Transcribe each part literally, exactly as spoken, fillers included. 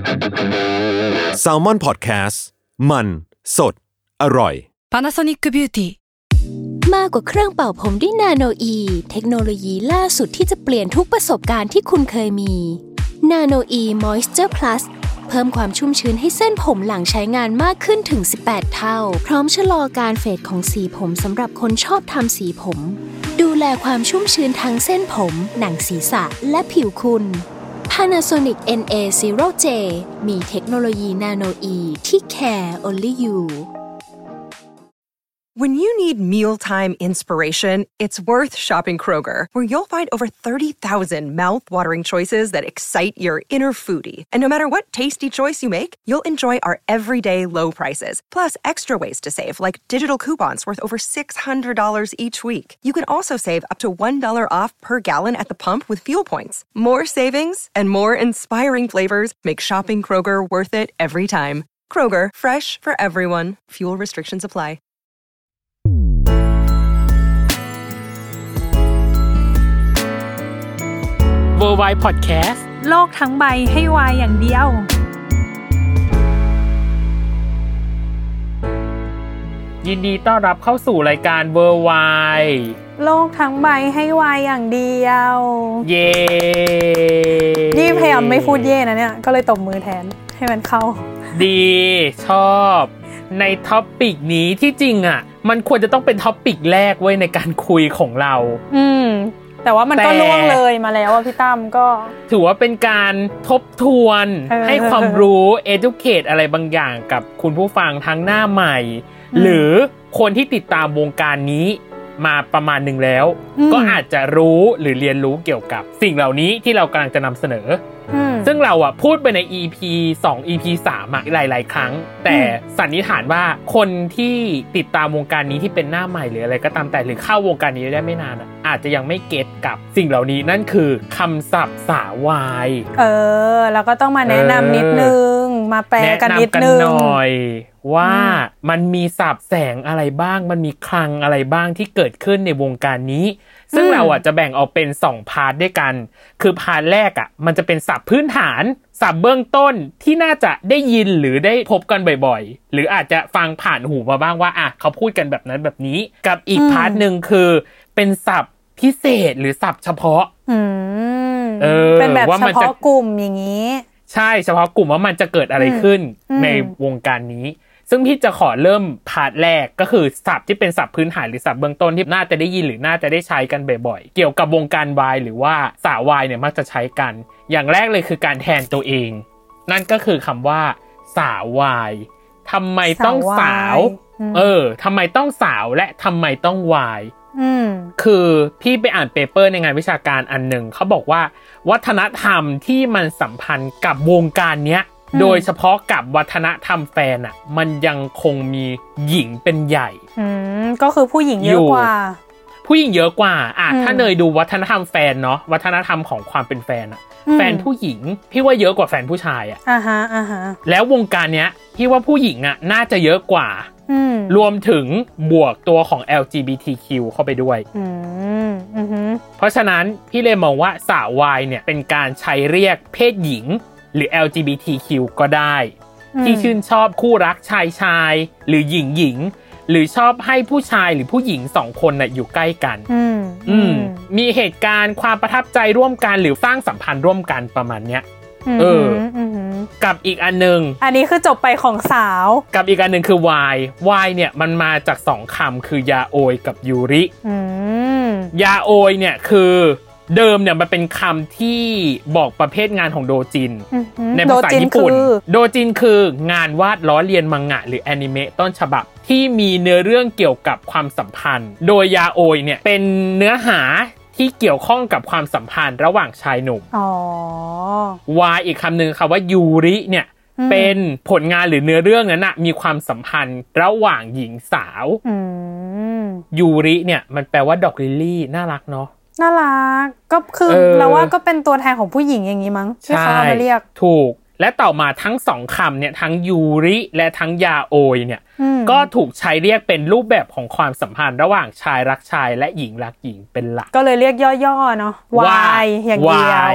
Salmon Podcast มันสดอร่อย Panasonic Beauty มากกว่าเครื่องเป่าผมด้วยนาโนอีเทคโนโลยีล่าสุดที่จะเปลี่ยนทุกประสบการณ์ที่คุณเคยมีนาโนอี Moisture Plus เพิ่มความชุ่มชื้นให้เส้นผมหลังใช้งานมากขึ้นถึงสิบแปดเท่าพร้อมชะลอการเฟดของสีผมสำหรับคนชอบทำสีผมดูแลความชุ่มชื้นทั้งเส้นผมหนังศีรษะและผิวคุณ Panasonic เอ็น เอ ศูนย์ เจ มีเทคโนโลยีนาโนอีที่ care only you When you need mealtime inspiration, it's worth shopping Kroger, where you'll find over thirty thousand mouth-watering choices that excite your inner foodie. And no matter what tasty choice you make, you'll enjoy our everyday low prices, plus extra ways to save, like digital coupons worth over six hundred dollars each week. You can also save up to one dollar off per gallon at the pump with fuel points. More savings and more inspiring flavors make shopping Kroger worth it every time. Kroger, fresh for everyone. Fuel restrictions apply. Worldwide Podcast โลกทั้งใบให้วายอย่างเดียวยินดีต้อนรับเข้าสู่รายการ Worldwide โลกทั้งใบให้วายอย่างเดียวเย้นี่พยายามไม่พูดเย่นะเนี่ยก็เลยตบมือแทนให้มันเข้าดีชอบในท็อปปิกนี้ที่จริงอ่ะมันควรจะต้องเป็นท็อปปิกแรกเว้ยในการคุยของเราอืมแต่ว่ามันก็ล่วงเลยมาแล้วอ่ะพี่ตั้มก็ถือว่าเป็นการทบทวนให้ความรู้ educate อะไรบางอย่างกับคุณผู้ฟังทั้งหน้าใหม่หรือคนที่ติดตามวงการนี้มาประมาณหนึ่งแล้วก็อาจจะรู้หรือเรียนรู้เกี่ยวกับสิ่งเหล่านี้ที่เรากำลังจะนำเสนอซึ่งเราอ่ะพูดไปใน อี พี สอง อี พี สามอ่ะหลายๆครั้งแต่สันนิษฐานว่าคนที่ติดตามวงการนี้ที่เป็นหน้าใหม่หรืออะไรก็ตามแต่หรือเข้าวงการนี้ได้ไม่นานอ่ะอาจจะยังไม่เก็ตกับสิ่งเหล่านี้นั่นคือคำศัพท์สาวายเออแล้วก็ต้องมาแนะนำนิดนึงมาแปลกันนิดนึงแนะนำกันหน่อยว่ามันมีศัพท์แสงอะไรบ้างมันมีคลังอะไรบ้างที่เกิดขึ้นในวงการนี้ซึ่งเราอ่ะจะแบ่งออกเป็นสองพาร์ทด้วยกันคือพาร์ทแรกอ่ะมันจะเป็นศัพท์พื้นฐานศัพท์เบื้องต้นที่น่าจะได้ยินหรือได้พบกันบ่อยๆหรืออาจจะฟังผ่านหูมาบ้างว่าอ่ะเขาพูดกันแบบนั้นแบบนี้กับอีกพาร์ทนึงคือเป็นศัพท์พิเศษหรือศัพท์เฉพาะอืมเออเป็นแบบเฉพาะกลุ่มอย่างนี้ใช่เฉพาะกลุ่มว่ามันจะเกิดอะไรขึ้นในวงการนี้ซึ่งพี่จะขอเริ่มพาร์ทแรกก็คือศัพท์ที่เป็นศัพท์พื้นฐานหรือศัพท์เบื้องต้นที่น่าจะได้ยินหรือน่าจะได้ใช้กันบ่อยๆเกี่ยวกับวงการวายหรือว่าสาววายเนี่ยมักจะใช้กันอย่างแรกเลยคือการแทนตัวเองนั่นก็คือคำว่าสาววายทำไมต้องสาวเออทำไมต้องสาวและทำไมต้องวายคือพี่ไปอ่านเปเปอร์ในงานวิชาการอันหนึ่งเขาบอกว่าวัฒนธรรมที่มันสัมพันธ์กับวงการเนี้ยโดยเฉพาะกับวัฒนธรรมแฟนอ่ะมันยังคงมีหญิงเป็นใหญ่อืมก็คือผู้หญิงเยอะกว่าผู้หญิงเยอะกว่าอ่ะถ้าเนยดูวัฒนธรรมแฟนเนาะวัฒนธรรมของความเป็นแฟนอ่ะแฟนผู้หญิงพี่ว่าเยอะกว่าแฟนผู้ชายอ่ะอ่าฮะอ่าฮะแล้ววงการเนี้ยพี่ว่าผู้หญิงอ่ะน่าจะเยอะกว่ารวมถึงบวกตัวของ แอล จี บี ที คิว เข้าไปด้วยอืมอือฮึเพราะฉะนั้นพี่เลยมองว่าสาววายเนี่ยเป็นการใช้เรียกเพศหญิงหรือ แอล จี บี ที คิว ก็ได้ที่ชื่นชอบคู่รักชายชายหรือหญิงหญิงหรือชอบให้ผู้ชายหรือผู้หญิงสองคนน่ะอยู่ใกล้กันอืมอืมมีเหตุการณ์ความประทับใจร่วมกันหรือสร้างสัมพันธ์ร่วมกันประมาณเนี้ยเออกับอีกอันนึงอันนี้คือจบไปของสาวกับอีกอันนึงคือ Y Y เนี่ยมันมาจากสองคำคือยาโอยกับยูริอืมยาโอยเนี่ยคือเดิมเนี่ยมันเป็นคำที่บอกประเภทงานของโดจินในภาษาญี่ปุ่นโดจินคืองานวาดล้อเลียนมังงะหรือแอนิเมะต้นฉบับที่มีเนื้อเรื่องเกี่ยวกับความสัมพันธ์โดยยาโอยเนี่ยเป็นเนื้อหาที่เกี่ยวข้องกับความสัมพันธ์ระหว่างชายหนุ่มอ๋อวายอีกคำหนึ่งคำว่ายูริเนี่ยเป็นผลงานหรือเนื้อเรื่องนั้นนะมีความสัมพันธ์ระหว่างหญิงสาวยูริเนี่ยมันแปลว่าดอกลิลลี่น่ารักเนาะน่ารักก็คือเราว่าก็เป็นตัวแทนของผู้หญิงอย่างนี้มั้งที่เขาเอามาเรียกถูกและต่อมาทั้งสองคำเนี่ยทั้งยูริและทั้งยาโอยเนี่ยก็ถูกใช้เรียกเป็นรูปแบบของความสัมพันธ์ระหว่างชายรักชายและหญิงรักหญิงเป็นหลักก็เลยเรียกย่อๆเนาะ Y อย่างเดียว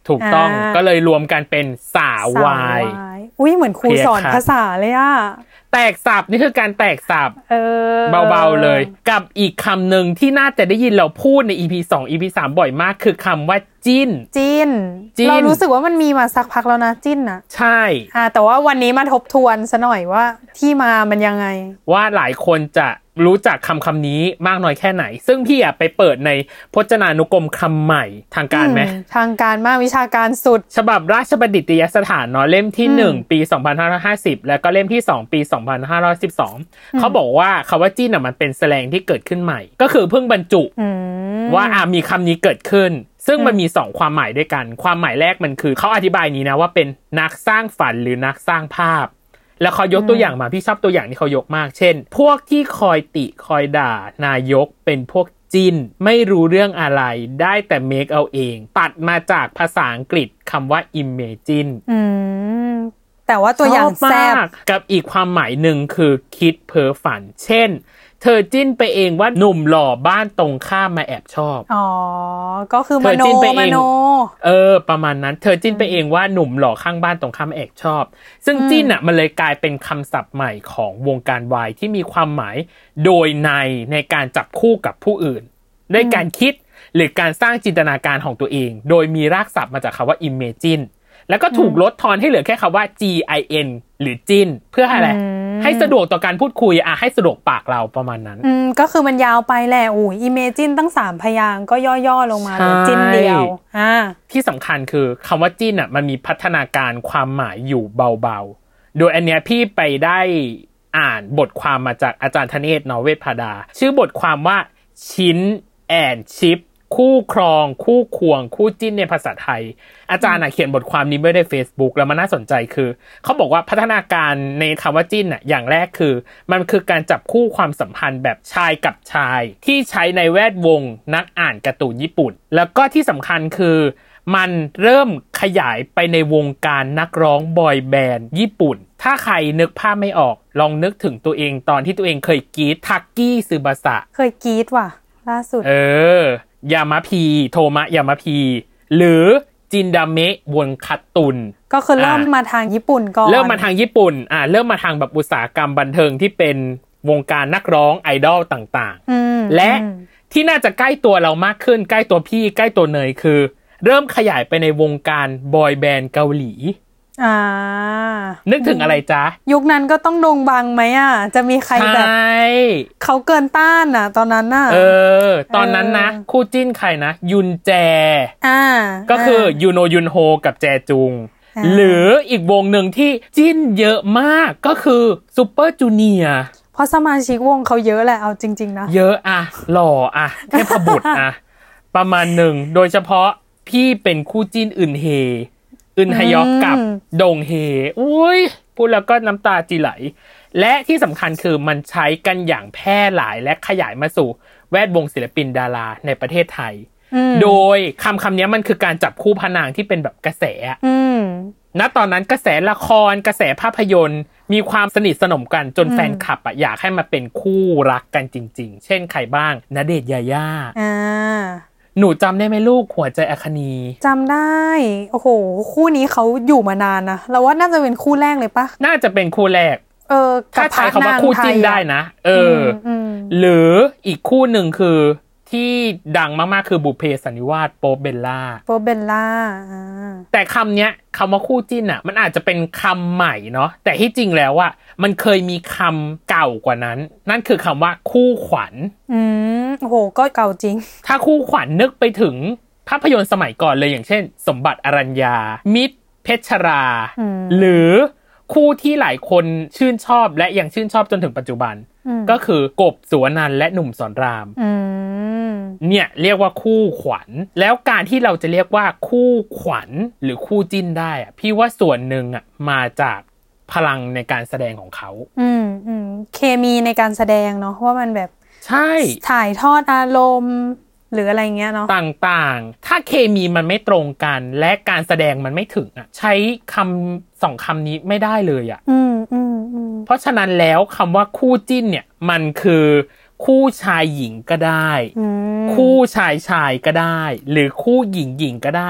ถูกต้องก็เลยรวมกันเป็นสาวายอุ้ยเหมือนครูสอนภาษาเลยอ่ะแตกศัพท์นี่คือการแตกศัพท์เออเบาๆเลยกับอีกคำหนึ่งที่น่าจะได้ยินเราพูดใน อี พี สอง อี พี สามบ่อยมากคือคำว่าจิ้นจิ้นเรารู้สึกว่ามันมีมาสักพักแล้วนะจิ้นนะใช่อ่าแต่ว่าวันนี้มาทบทวนซะหน่อยว่าที่มามันยังไงว่าหลายคนจะรู้จักคำคำนี้มากน้อยแค่ไหนซึ่งพี่อ่ะไปเปิดในพจนานุกรมคำใหม่ทางการไหมทางการมากวิชาการสุดฉบับราชบัณฑิตยสถานเนาะเล่มที่หนึ่งปีสองพันห้าร้อยห้าสิบแล้วก็เล่มที่สองปีสองพันห้าร้อยสิบสองเขาบอกว่าคำว่าจิ้นอ่ะมันเป็นแสแลงที่เกิดขึ้นใหม่ก็คือเพิ่งบรรจุว่าอ่ะมีคำนี้เกิดขึ้นซึ่งมันมีสองความหมายด้วยกันความหมายแรกมันคือเขาอธิบายนี้นะว่าเป็นนักสร้างฝันหรือนักสร้างภาพแล้วเขายกตัวอย่างมาพี่ชอบตัวอย่างที่เขายกมากเช่นพวกที่คอยติคอยด่านายกเป็นพวกจิ้นไม่รู้เรื่องอะไรได้แต่เมคเอาเองตัดมาจากภาษาอังกฤษคำว่า imagine อืมแต่ว่าตัวอย่างแซ่บกับอีกความหมายหนึ่งคือคิดเพ้อฝันเช่นเธอจิ้นไปเองว่าหนุ่มหล่อบ้านตรงข้ามมาแอบชอบอ๋อก็คือมโนมโนเออประมาณนั้นเธอจิ้นไปเองว่าหนุ่มหล่อข้างบ้านตรงข้ามมาแอบชอบซึ่งจิ้นอ่ะมันเลยกลายเป็นคำศัพท์ใหม่ของวงการวายที่มีความหมายโดยในในการจับคู่กับผู้อื่นด้วยการคิดหรือการสร้างจินตนาการของตัวเองโดยมีรากศัพท์มาจากคำว่า imagine แล้วก็ถูกลดทอนให้เหลือแค่คำว่า gin หรือจิ้นเพื่ออะไรให้สะดวกต่อการพูดคุยอ่ะให้สะดวกปากเราประมาณนั้นอืมก็คือมันยาวไปแหละอุ้ย imagine ตั้งสามพยางค์ก็ย่อๆลงมาเหลือจิ้นเดียวอ่าที่สำคัญคือคำว่าจิ้นอ่ะมันมีพัฒนาการความหมายอยู่เบาๆโดยอันเนี้ยพี่ไปได้อ่านบทความมาจากอาจารย์ธเนศ นเวศพาดาชื่อบทความว่าชิ้นแอนชิปคู่ครองคู่ควงคู่จิ้นในภาษาไทยอาจารย์เขียนบทความนี้ไว้ใน Facebook แล้วมันน่าสนใจคือเขาบอกว่าพัฒนาการในคำว่าจิ้นน่ะอย่างแรกคือมันคือการจับคู่ความสัมพันธ์แบบชายกับชายที่ใช้ในแวดวงนักอ่านการ์ตูนญี่ปุ่นแล้วก็ที่สำคัญคือมันเริ่มขยายไปในวงการนักร้องบอยแบนด์ญี่ปุ่นถ้าใครนึกภาพไม่ออกลองนึกถึงตัวเองตอนที่ตัวเองเคยกรี๊ดทักกี้ซึบาสะเคยกรี๊ดว่ะล่าสุดเออยามาพีโทมะยามาพีหรือจินดาเมะวงคัตตุนก็คือเริ่มมาทางญี่ปุ่นก่อนเริ่มมาทางญี่ปุ่นอ่าเริ่มมาทางแบบอุตสาหกรรมบันเทิงที่เป็นวงการนักร้องไอดอลต่างๆและที่น่าจะใกล้ตัวเรามากขึ้นใกล้ตัวพี่ใกล้ตัวเนยคือเริ่มขยายไปในวงการบอยแบนด์เกาหลีอ่านึกถึงอะไรจ๊ะยุคนั้นก็ต้องโด่งดังไหมอ่ะจะมีใครแบบเขาเกินต้านอ่ะตอนนั้นน่ะเออตอนนั้นนะคู่จิ้นใครนะยุนแจอ่าก็คือยูโนยุนโฮกับแจจุงหรืออีกวงหนึ่งที่จิ้นเยอะมากก็คือซุปเปอร์จูเนียร์เพราะสมาชิกวงเขาเยอะแหละเอาจริงๆนะเยอะอ่ะหล่ออ่ะเทพบุตรอ่ะประมาณหนึ่งโดยเฉพาะพี่เป็นคู่จิ้นอึนเฮอึนฮยอกกับดงเฮอุ้ยพูดแล้วก็น้ำตาจีไหลและที่สำคัญคือมันใช้กันอย่างแพร่หลายและขยายมาสู่แวดวงศิลปินดาราในประเทศไทยโดยคำคำนี้มันคือการจับคู่พระนางที่เป็นแบบกระแสณตอนนั้นกระแสละครกระแสภาพยนตร์มีความสนิทสนมกันจนแฟนคลับอ่ะอยากให้มาเป็นคู่รักกันจริงๆเช่นใครบ้างณเดชน์ยาย่าอ่าหนูจำได้ไหมลูกหัวใจอคนีจำได้โอ้โหคู่นี้เขาอยู่มานานนะเราว่าน่าจะเป็นคู่แรกเลยปะน่าจะเป็นคู่แรกเออถ้าใช้คำว่าคู่จิ้นได้นะเออหรืออีกคู่หนึ่งคือที่ดังมากๆคือบุพเพสันนิวาสโป๊ปเบลล่าโป๊ปเบลล่าแต่คำเนี้ยคำว่าคู่จิ้นอ่ะมันอาจจะเป็นคำใหม่เนาะแต่ที่จริงแล้วอ่ะมันเคยมีคำเก่ากว่านั้นนั่นคือคำว่าคู่ขวัญอืมโอ้โหก็เก่าจริงถ้าคู่ขวัญนึกไปถึงภาพยนตร์สมัยก่อนเลยอย่างเช่นสมบัติอรัญญามิตรเพชราหรือคู่ที่หลายคนชื่นชอบและยังชื่นชอบจนถึงปัจจุบันก็คือกบสุวรรณันท์และหนุ่มสอนรามเนี่ยเรียกว่าคู่ขวัญแล้วการที่เราจะเรียกว่าคู่ขวัญหรือคู่จิ้นได้อะพี่ว่าส่วนหนึ่งอ่ะมาจากพลังในการแสดงของเขาอืมอืมเคมีในการแสดงเนาะว่ามันแบบใช่ถ่ายทอดอารมณ์หรืออะไรเงี้ยเนาะต่างๆถ้าเคมีมันไม่ตรงกันและการแสดงมันไม่ถึงอ่ะใช้คำสองคำนี้ไม่ได้เลยอ่ะอืมอืมอืมเพราะฉะนั้นแล้วคำว่าคู่จิ้นเนี่ยมันคือคู่ชายหญิงก็ได้คู่ชายชายก็ได้หรือคู่หญิงหญิงก็ได้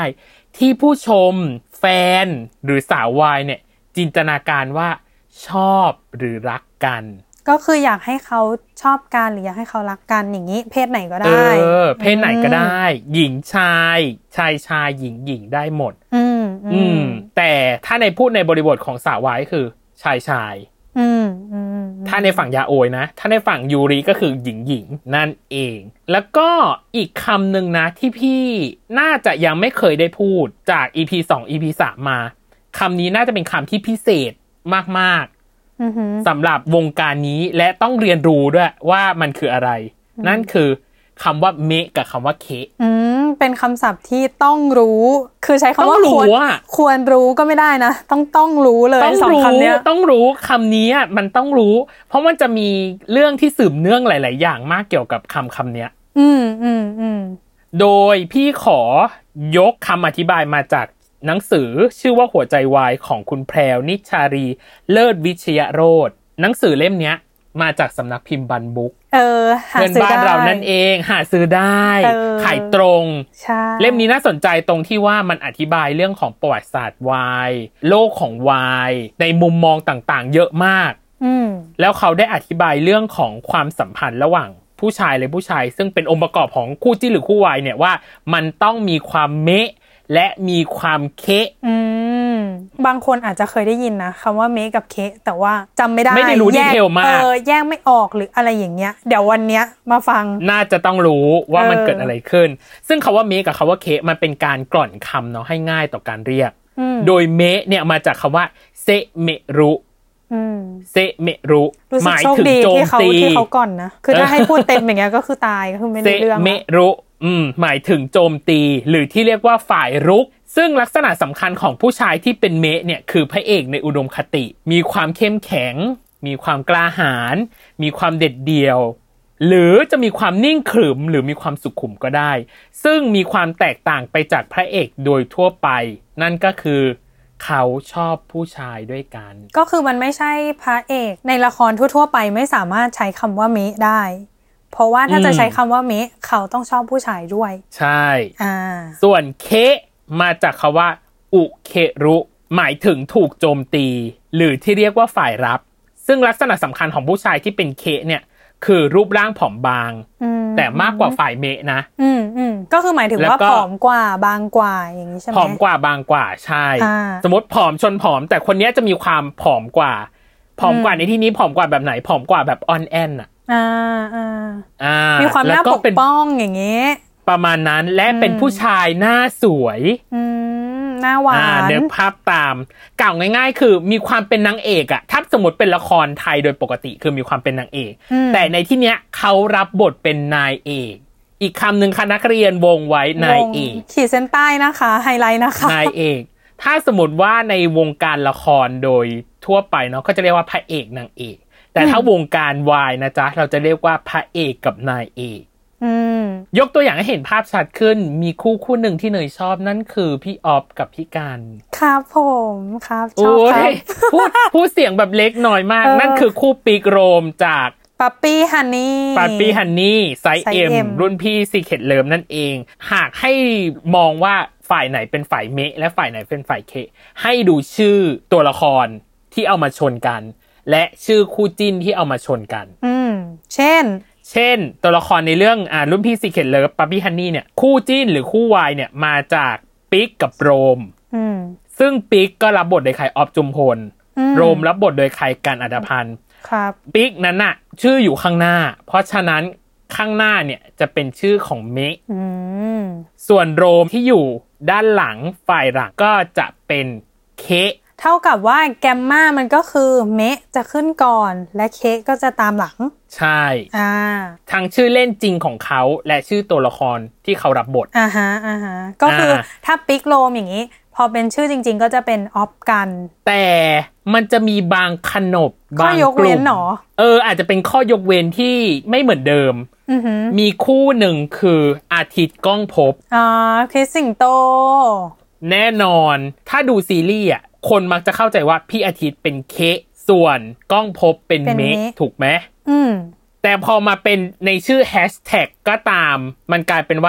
ที่ผู้ชมแฟนหรือสาววายเนี่ยจินตนาการว่าชอบหรือรักกันก็คืออยากให้เขาชอบกันหรืออยากให้เขารักกันอย่างนี้เพศไหนก็ได้เออเพศไหนก็ได้หญิงชายชายชายหญิงหญิงได้หมดอืมอืมแต่ถ้าในพูดในบริบทของสาววายคือชายชายอืมอืมถ้าในฝั่งยาโอยนะถ้าในฝั่งยูริก็คือหญิงหญิงนั่นเองแล้วก็อีกคำหนึ่งนะที่พี่น่าจะยังไม่เคยได้พูดจาก อี พี สอง อี พี สามมาคำนี้น่าจะเป็นคำที่พิเศษมากๆสำหรับวงการนี้และต้องเรียนรู้ด้วยว่ามันคืออะไรนั่นคือคำว่าเมะกับคำว่าเคอืมเป็นคำศัพท์ที่ต้องรู้คือใช้คำว่าควรควรรู้ก็ไม่ได้นะต้องต้องรู้เลยสองคำนี้ต้องรู้คำนี้มันต้องรู้เพราะมันจะมีเรื่องที่สืบเนื่องหลายๆอย่างมากเกี่ยวกับคำคำนี้อืมอืมอืมโดยพี่ขอยกคำอธิบายมาจากหนังสือชื่อว่าหัวใจวายของคุณแพรวนิชชารีเลิศวิชยโรจน์หนังสือเล่มนี้มาจากสำนักพิมพ์บันบุ๊กเออหาซื้อได้เพื่อนบ้านเรานั่นเองหาซื้อได้ขายตรงใช่เล่มนี้น่าสนใจตรงที่ว่ามันอธิบายเรื่องของประวัติศาสตร์วายโลกของวายในมุมมองต่างๆเยอะมากอืมแล้วเขาได้อธิบายเรื่องของความสัมพันธ์ระหว่างผู้ชายและผู้ชายซึ่งเป็นองค์ประกอบของคู่จิ้นหรือคู่วายเนี่ยว่ามันต้องมีความเมะและมีความเคะอืมบางคนอาจจะเคยได้ยินนะคำว่าเมะกับเคะแต่ว่าจำไม่ได้ไม่ได้รู้ดีเทลมากเออแยกไม่ออกหรืออะไรอย่างเงี้ยเดี๋ยววันเนี้ยมาฟังน่าจะต้องรู้ว่ามันเกิดอะไรขึ้นซึ่งคำว่าเมะกับคำว่าเคะมันเป็นการกล่อนคำเนาะให้ง่ายต่อการเรียกโดยเมะเนี่ยมาจากคำว่าเซเมรุเซเมรุหมายถึงโจมตีที่เขาก่อนนะคือถ้าให้พูดเต็มอย่างเงี้ยก็คือตายก็คือไม่ได้เรื่องเซเมรุอืมหมายถึงโจมตีหรือที่เรียกว่าฝ่ายรุกซึ่งลักษณะสำคัญของผู้ชายที่เป็นเมะเนี่ยคือพระเอกในอุดมคติมีความเข้มแข็งมีความกล้าหาญมีความเด็ดเดี่ยวหรือจะมีความนิ่งขรึมหรือมีความสุขุมก็ได้ซึ่งมีความแตกต่างไปจากพระเอกโดยทั่วไปนั่นก็คือเขาชอบผู้ชายด้วยกันก็คือมันไม่ใช่พระเอกในละครทั่วๆไปไม่สามารถใช้คำว่าเมะได้เพราะว่าถ้าจะใช้คำว่าเมะเขาต้องชอบผู้ชายด้วยใช่อ่าส่วนเคมาจากคำว่าอุเครุหมายถึงถูกโจมตีหรือที่เรียกว่าฝ่ายรับซึ่งลักษณะสำคัญของผู้ชายที่เป็นเคเนี่ยคือรูปร่างผอมบางแต่มากกว่าฝ่ายเมะนะอืมอืมก็คือหมายถึงว่าผอมกว่าบางกว่าอย่างนี้ใช่ไหมผอมกว่าบางกว่าใช่สมมติผอมชนผอมแต่คนนี้จะมีความผอมกว่าผอมกว่าในที่นี้ผอมกว่าแบบไหนผอมกว่าแบบออนแอนอะอ่าอ่าอ่ามีความน่าปกป้องอย่างเงี้ยประมาณนั้นและเป็นผู้ชายหน้าสวยอืมหน้าหวานเดี๋ยวภาพตามกล่าวง่ายๆคือมีความเป็นนางเอกอะถ้าสมมติเป็นละครไทยโดยปกติคือมีความเป็นนางเอกแต่ในที่เนี้ยเขารับบทเป็นนายเอกอีกคำหนึ่งคณะนักเรียนวงไว้นายเอกขีดเส้นใต้นะคะไฮไลท์นะคะนายเอกถ้าสมมติว่าในวงการละครโดยทั่วไปเนาะก็จะเรียกว่าพระเอกนางเอกแต่ถ้าวงการวายนะจ๊ะเราจะเรียกว่าพระเอกกับนายเอกยกตัวอย่างให้เห็นภาพชัดขึ้นมีคู่คู่หนึ่งที่เนยชอบนั่นคือพี่ออฟกับพี่การครับผมครับชอบครับพูดพูดเสียงแบบเล็กน้อยมากนั่นคือคู่ปีกโรมจากปั๊ปปี้ฮันนี่ปั๊ปปี้ฮันนี่ไซส์ M รุ่นพี่ซีเคทเลิฟนั่นเองหากให้มองว่าฝ่ายไหนเป็นฝ่ายเมะและฝ่ายไหนเป็นฝ่ายเคให้ดูชื่อตัวละครที่เอามาชนกันและชื่อคู่จิ้นที่เอามาชนกันอืมเช่นเช่นตัวละครในเรื่องอ่ารุ่นพี่ซีเคทเลิฟปั๊ปปี้ฮันนี่เนี่ยคู่จิ้นหรือคู่วายเนี่ยมาจากปิ๊กกับโรมอืมซึ่งปิ๊กก็รับบทโดยใครออฟจุมพลโรมรับบทโดยใครกันอัฏฐพันธ์ครับปิ๊กนั้นน่ะชื่ออยู่ข้างหน้าเพราะฉะนั้นข้างหน้าเนี่ยจะเป็นชื่อของเมะส่วนโรมที่อยู่ด้านหลังฝ่ายหลังก็จะเป็นเคเท่ากับว่าแกมมามันก็คือเมะจะขึ้นก่อนและเคก็จะตามหลังใช่อ่าทั้งชื่อเล่นจริงของเขาและชื่อตัวละครที่เขารับบทอ่าฮะอ่าฮะก็คือถ้าปิ๊กโรมอย่างนี้พอเป็นชื่อจริงๆก็จะเป็นออฟกันแต่มันจะมีบางขนบบางกลุ่มเอออาจจะเป็นข้อยกเว้นที่ไม่เหมือนเดิมมีคู่หนึ่งคืออาทิตย์ก้องภพอ่าคริสสิงโตแน่นอนถ้าดูซีรีส์อ่ะคนมักจะเข้าใจว่าพี่อาทิตย์เป็นเคส่วนก้องภพเป็นเมฆถูกไหมอืมแต่พอมาเป็นในชื่อแฮชแท็กก็ตามมันกลายเป็นว่า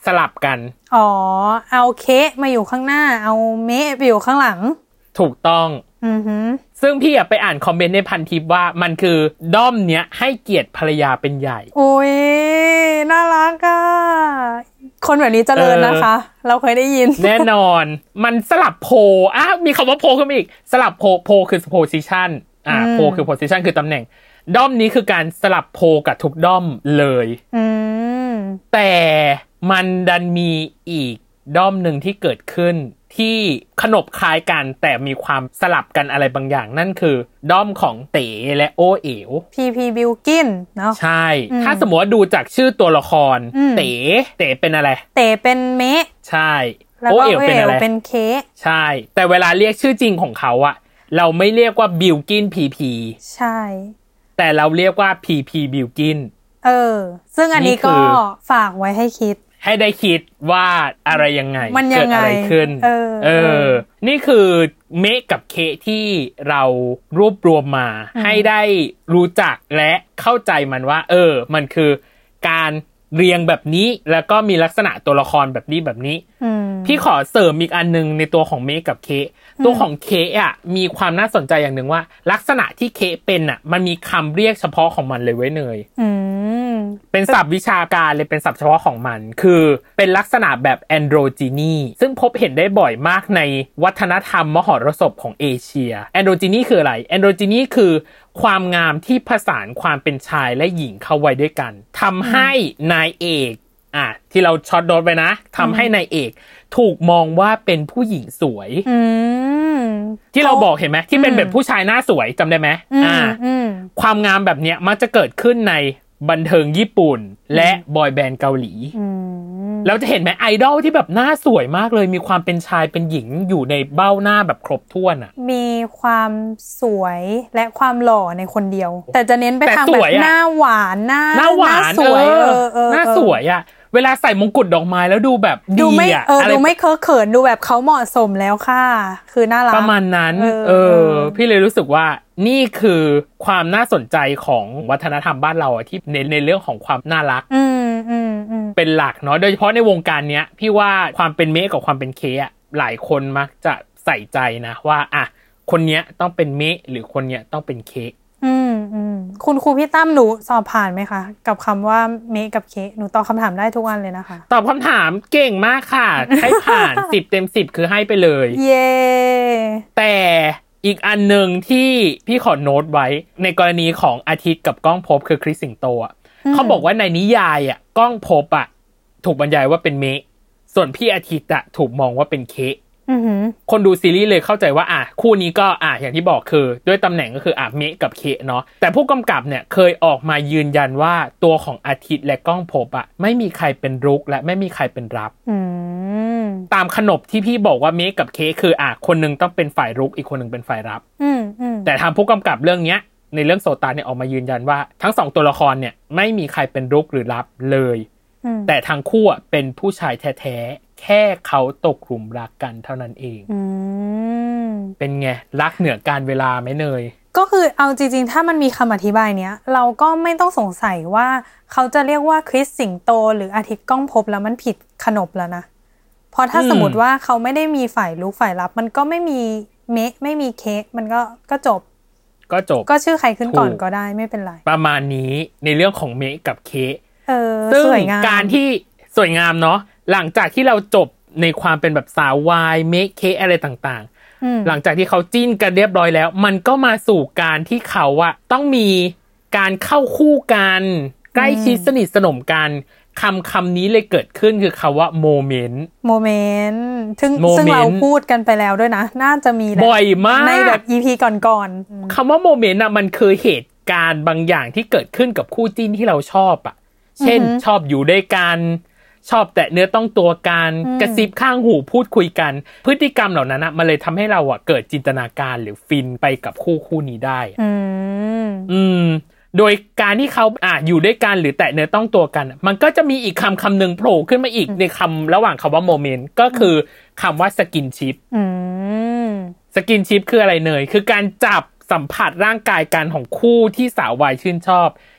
สลับกันอ๋อเอาเคะมาอยู่ข้างหน้าเอาเมะไปอยู่ข้างหลังถูกต้องอือฮึซึ่งพี่อยากไปอ่านคอมเมนต์ในพันทิปว่ามันคือด้อมเนี้ยให้เกียรติภรรยาเป็นใหญ่โอ้ยน่ารักอ่ะคนแบบนี้เจริญนะคะเราเคยได้ยินแน่นอนมันสลับโพอ่ะมีคำว่าโพขึ้นมาอีกสลับโพโพคือ position อ่าโพคือ position คือตำแหน่งด้อมนี้คือการสลับโพกับทุกด้อมเลยอืมแต่มันดันมีอีกด้อมหนึ่งที่เกิดขึ้นที่ขนบคล้ายกันแต่มีความสลับกันอะไรบางอย่างนั่นคือด้อมของเต๋และโอเอ๋วพี พี Bilkin เนาะใช่ถ้าสมมติว่าดูจากชื่อตัวละครเต๋เต๋เป็นอะไรเต๋เป็นเมะใช่โอเอ๋วเป็นอะไรเป็นเค้กใช่แต่เวลาเรียกชื่อจริงของเขาอะเราไม่เรียกว่า Bilkin พี พีใช่แต่เราเรียกว่า พี พี Bilkin เออซึ่งอันนี้ก็ฝากไว้ให้คิดให้ได้คิดว่าอะไรยังไงเกิดอะไรขึ้นเออเออนี่คือเมะกับเคที่เรารวบรวมมาให้ได้รู้จักและเข้าใจมันว่าเออมันคือการเรียงแบบนี้แล้วก็มีลักษณะตัวละครแบบนี้แบบนี้พี่ขอเสริมอีกอันนึงในตัวของเมะกับเคตัวของเคอ่ะมีความน่าสนใจอย่างหนึ่งว่าลักษณะที่เคเป็นอ่ะมันมีคำเรียกเฉพาะของมันเลยเว้ยเนยเป็นศัพท์วิชาการเลยเป็นศัพท์เฉพาะของมันคือเป็นลักษณะแบบแอนโดรจีนีซึ่งพบเห็นได้บ่อยมากในวัฒนธรรมมหรสพของเอเชียแอนโดรจีนีคืออะไรแอนโดรจีนีคือความงามที่ผสานความเป็นชายและหญิงเข้าไว้ด้วยกันทำให้นายเอกอ่ะที่เราช็อตโดนไปนะทำให้นายเอกถูกมองว่าเป็นผู้หญิงสวยที่เราบอกเห็นไหมที่เป็นแบบผู้ชายหน้าสวยจำได้ไหมอ่าความงามแบบเนี้ยมักจะเกิดขึ้นในบันเทิงญี่ปุ่นและบอยแบนด์เกาหลีแล้วจะเห็นไหมไอดอลที่แบบหน้าสวยมากเลยมีความเป็นชายเป็นหญิงอยู่ในเบ้าหน้าแบบครบถ้วนอ่ะมีความสวยและความหล่อในคนเดียวแต่จะเน้นไปทางแบบหน้าหวานหน้าหน้าหวานสวยเออหน้าสวยอ่ะเวลาใส่มงกุฎดอกไม้แล้วดูแบบดีอ่ะเออดูไม่เคอะเขินดูแบบเขาเหมาะสมแล้วค่ะคือน่ารักประมาณนั้นเออพี่เลยรู้สึกว่านี่คือความน่าสนใจของวัฒนธรรมบ้านเราอ่ะที่เน้นในเรื่องของความน่ารักเป็นหลักเนาะโดยเฉพาะในวงการเนี้ยพี่ว่าความเป็นเมะกับความเป็นเคอ่ะหลายคนมักจะใส่ใจนะว่าอ่ะคนเนี้ยต้องเป็นเมะหรือคนเนี้ยต้องเป็นเคอืมอืมคุณครูพี่ตั้มหนูสอบผ่านไหมคะกับคำว่าเมะกับเคหนูตอบคำถามได้ทุกวันเลยนะคะตอบคำถามเก่งมากค่ะให้ผ่าน สิบเต็มสิบคือให้ไปเลยเย้แต่อีกอันนึงที่พี่ขอโน้ตไว้ในกรณีของอาทิตย์กับก้องภพคือคริสสิงโตอ่ะเขาบอกว่าในนิยายอ่ะก้องภพอ่ะถูกบรรยายว่าเป็นเมะส่วนพี่อาทิตย์อ่ะถูกมองว่าเป็นเคคนดูซีรีส์เลยเข้าใจว่าอ่ะคู่นี้ก็อ่ะอย่างที่บอกคือด้วยตำแหน่งก็คืออ่ะเมะกับเคเนาะแต่ผู้กำกับเนี่ยเคยออกมายืนยันว่าตัวของอาทิตย์และก้องภพอ่ะไม่มีใครเป็นรุกและไม่มีใครเป็นรับตามขนบที่พี่บอกว่าเมะกับเคคืออ่ะคนนึงต้องเป็นฝ่ายรุกอีกคนนึงเป็นฝ่ายรับแต่ทางผู้กำกับเรื่องเนี้ยในเรื่องโซตาเนี่ยออกมายืนยันว่าทั้งสองตัวละครเนี่ยไม่มีใครเป็นรุกหรือรับเลยแต่ทั้งคู่เป็นผู้ชายแท้ๆแค่เขาตกหลุมรักกันเท่านั้นเองเป็นไงรักเหนือการเวลาไหมเนยก็คือเอาจริงๆถ้ามันมีคำอธิบายเนี้ยเราก็ไม่ต้องสงสัยว่าเขาจะเรียกว่าคริสสิงโตหรืออาทิตย์ก้องภพแล้วมันผิดขนบแล้วนะเพราะถ้าสมมติว่าเขาไม่ได้มีฝ่ายลุกฝ่ายรับมันก็ไม่มีเมะไม่มีเคมันก็ก็จบก็จบก็ชื่อใครขึ้นก่อนก็ได้ไม่เป็นไรประมาณนี้ในเรื่องของเมะกับเคเออซึ่งการที่สวยงามเนาะหลังจากที่เราจบในความเป็นแบบสาววายเมคเคอะไรต่างๆหลังจากที่เขาจิ้นกันเรียบร้อยแล้วมันก็มาสู่การที่เขาอะต้องมีการเข้าคู่กันใกล้ชิดสนิทสนมกันคำคำนี้เลยเกิดขึ้นคือคำว่าโมเมนต์โมเมนต์ซึ่งซึ่งเราพูดกันไปแล้วด้วยนะน่าจะมีบ่อยมากในแบบ อี พี ก่อนๆคำว่าโมเมนต์อะมันคือเหตุการณ์บางอย่างที่เกิดขึ้นกับคู่จิ้นที่เราชอบอะเช่นชอบอยู่ด้วยกันชอบแตะเนื้อต้องตัวกันกระซิบข้างหูพูดคุยกันพฤติกรรมเหล่านั้นนะมันเลยทำให้เราอะเกิดจินตนาการหรือฟินไปกับคู่คู่นี้ได้อืมอืมโดยการที่เขาอ่ะอยู่ด้วยกันหรือแตะเนื้อต้องตัวกันมันก็จะมีอีกคำคำหนึ่งโผล่ขึ้นมาอีกในคำระหว่างคำว่าโมเมนต์ก็คือคำว่าสกินชิปสกินชิปคืออะไรเนยคือการจับสัมผัสร่างกายกันของคู่ที่สาววายชื่นชอบ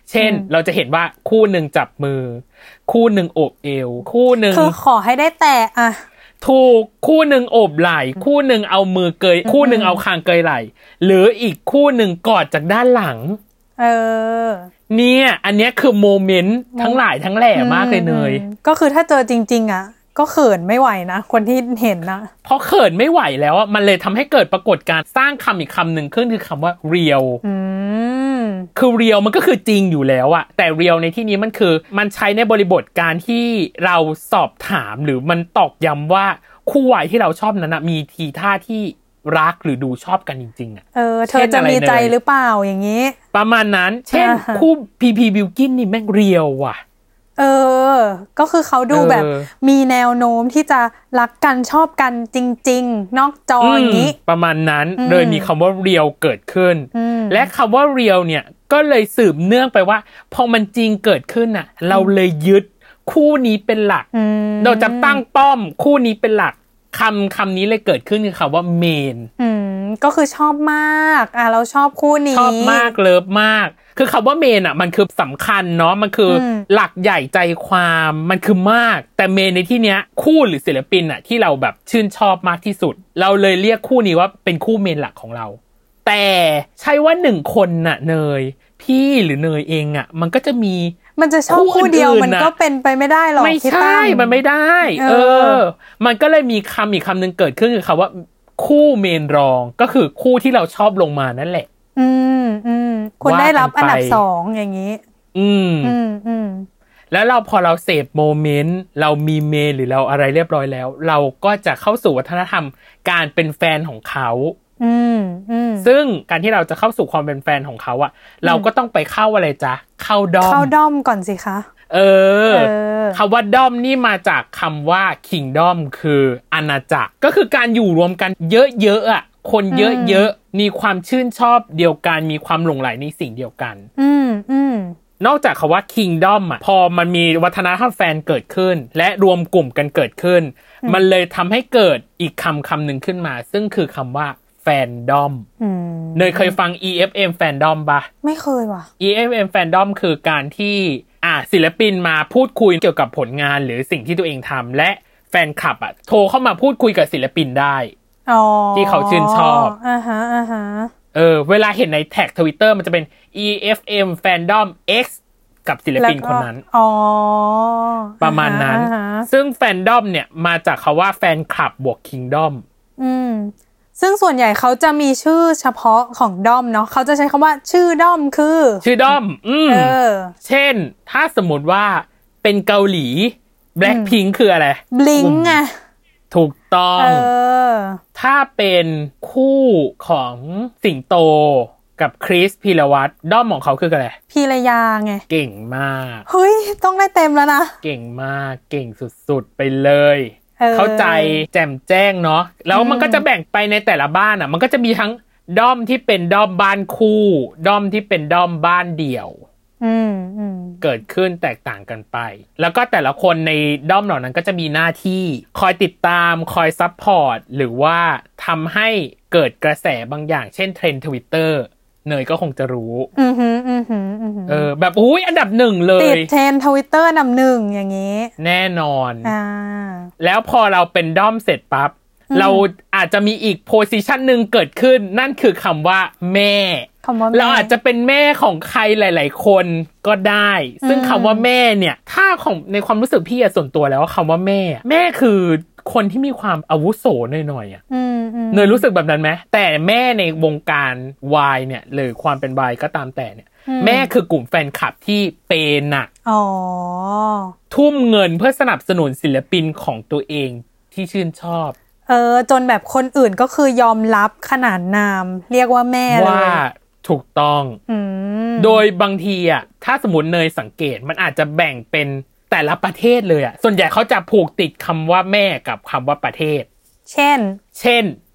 เช่นเราจะเห็นว่าคู่หนึ่งจับมือคู่หนึ่งโอบเอวคู่หนึ่งคือขอให้ได้แตะอะถูกคู่หนึ่งโอบไหล่คู่หนึ่งเอามือเกยคู่หนึ่งเอาคางเกยไหล่หรืออีกคู่หนึ่งกอดจากด้านหลังเออเนี่ยอันนี้คือโมเมนต์ทั้งหลายทั้งแหล่มากเลยเนยก็คือถ้าเจอจริงๆอ่ะก็เขินไม่ไหวนะคนที่เห็นนะเพราะเขินไม่ไหวแล้วอ่ะมันเลยทำให้เกิดปรากฏการณ์สร้างคำอีกคำหนึ่งขึ้นคือคำว่า real คือ real มันก็คือจริงอยู่แล้วอ่ะแต่ real ในที่นี้มันคือมันใช้ในบริบทการที่เราสอบถามหรือมันตอกย้ำว่าคู่วายที่เราชอบนั้นนะมีทีท่าที่รักหรือดูชอบกันจริงๆอ่ะเออเธอจะมีใจหรือเปล่าอย่างนี้ประมาณนั้นเช่นคู่ พี พี Bilkin นี่แม่ง real ว่ะเออก็คือเขาดูแบบมีแนวโน้มที่จะรักกันชอบกันจริงๆนอกจออย่างนี้ประมาณนั้นเลยมีคำว่าเรียลเกิดขึ้นและคำว่าเรียลเนี่ยก็เลยสืบเนื่องไปว่าพอมันจริงเกิดขึ้นน่ะเราเลยยึดคู่นี้เป็นหลักเราจะตั้งป้อมคู่นี้เป็นหลักคำคำนี้เลยเกิดขึ้นคือคำว่าเมนก็คือชอบมากอ่ะเราชอบคู่นี้ชอบมากเลิฟมากคือคำว่าเมนอ่ะมันคือสำคัญเนาะมันคือหลักใหญ่ใจความมันคือมากแต่เมนในที่เนี้ยคู่หรือศิลปินอ่ะที่เราแบบชื่นชอบมากที่สุดเราเลยเรียกคู่นี้ว่าเป็นคู่เมนหลักของเราแต่ใช่ว่าหนึ่งคนน่ะเนยพี่หรือเนยเองอ่ะมันก็จะมีมันจะชอบคู่เดียวมันก็เป็นไปไม่ได้หรอกไม่ใช่มันไม่ได้เออมันก็เลยมีคำอีกคำหนึ่งเกิดขึ้นคือคำว่าคู่เมนรองก็คือคู่ที่เราชอบลงมานั่นแหละอืมอืมคุณได้รับอันดับสองอย่างนี้อืมอืมอืมแล้วเราพอเราเสพโมเมนต์เรามีเมนหรือเราอะไรเรียบร้อยแล้วเราก็จะเข้าสู่วัฒนธรรมการเป็นแฟนของเขาอืมอืมซึ่งการที่เราจะเข้าสู่ความเป็นแฟนของเขาอ่ะเราก็ต้องไปเข้าอะไรจ๊ะเข้าด้อมเข้าด้อมก่อนสิคะเออคำว่าด้อมนี่มาจากคำว่า kingdom คืออาณาจักรก็คือการอยู่รวมกันเยอะๆอ่ะคนเยอะๆมีความชื่นชอบเดียวกันมีความหลงใหลในสิ่งเดียวกันอืมอืมนอกจากคำว่า kingdom อ่ะพอมันมีวัฒนธรรมแฟนเกิดขึ้นและรวมกลุ่มกันเกิดขึ้นมันเลยทำให้เกิดอีกคำคำหนึ่งขึ้นมาซึ่งคือคำว่าแฟนดอมเนยเคยฟัง อี เอฟ เอ็ม แฟนดอมปะไม่เคยว่ะอี เอฟ เอ็ม แฟนดอมคือการที่อ่ะศิลปินมาพูดคุยเกี่ยวกับผลงานหรือสิ่งที่ตัวเองทำและแฟนคลับอ่ะโทรเข้ามาพูดคุยกับศิลปินได้ที่เขาชื่นชอบอ่าฮะอ่าฮะเออเวลาเห็นในแท็ก Twitter มันจะเป็น อี เอฟ เอ็ม Fandom X กับศิลปินคนนั้นอ๋อประมาณนั้นซึ่งแฟนดอมเนี่ยมาจากคำว่าแฟนคลับบวก Kingdom อืมซึ่งส่วนใหญ่เขาจะมีชื่อเฉพาะของด้อมเนาะเขาจะใช้คำว่าชื่อด้อมคือชื่อด้อมอืมเออเช่นถ้าสมมติว่าเป็นเกาหลี Blackpink คืออะไร Blink ไงถูกต้องเออถ้าเป็นคู่ของสิงโตกับคริสพีรวัตรด้อมของเขาคืออะไรพีรยาไงเก่งมากเฮ้ยต้องได้เต็มแล้วนะเก่งมากเก่งสุดๆไปเลยเข้าใจแจ่มแจ้งเนาะแล้วมันก็จะแบ่งไปในแต่ละบ้านอ่ะมันก็จะมีทั้งด้อมที่เป็นด้อมบ้านคู่ด้อมที่เป็นด้อมบ้านเดี่ยวอืมอืมเกิดขึ้นแตกต่างกันไปแล้วก็แต่ละคนในด้อมเหล่านั้นก็จะมีหน้าที่คอยติดตามคอยซัพพอร์ตหรือว่าทำให้เกิดกระแสบางอย่างเช่นเทรนด์ Twitter เนยก็คงจะรู้อือหืออือหืออือหือเออแบบอุ้ยอันดับหนึ่งเลยติดเทรนด์ Twitter อันดับหนึ่งอย่างงี้แน่นอนอ่าแล้วพอเราเป็นด้อมเสร็จปั๊บเราอาจจะมีอีกโพสิชันนึงเกิดขึ้นนั่นคือคำว่าแม่เราอาจจะเป็นแม่ของใครหลายๆคนก็ได้ซึ่งคำว่าแม่เนี่ยถ้าของในความรู้สึกพี่ส่วนตัวแล้วว่าคำว่าแม่แม่คือคนที่มีความอาวุโสหน่อยๆอ่ะเนยรู้สึกแบบนั้นไหมแต่แม่ในวงการวายเนี่ยหรือความเป็นวายก็ตามแต่เนี่ยแม่คือกลุ่มแฟนคลับที่เปย์หนักอ๋อทุ่มเงินเพื่อสนับสนุนศิลปินของตัวเองที่ชื่นชอบเออจนแบบคนอื่นก็คือยอมรับขนานนามเรียกว่าแม่เลยว่าถูกต้องโดยบางทีอ่ะถ้าสมมติเนยสังเกตมันอาจจะแบ่งเป็นแต่ละประเทศเลยอ่ะส่วนใหญ่เขาจะผูกติดคำว่าแม่กับคำว่าประเทศเช่นเช่น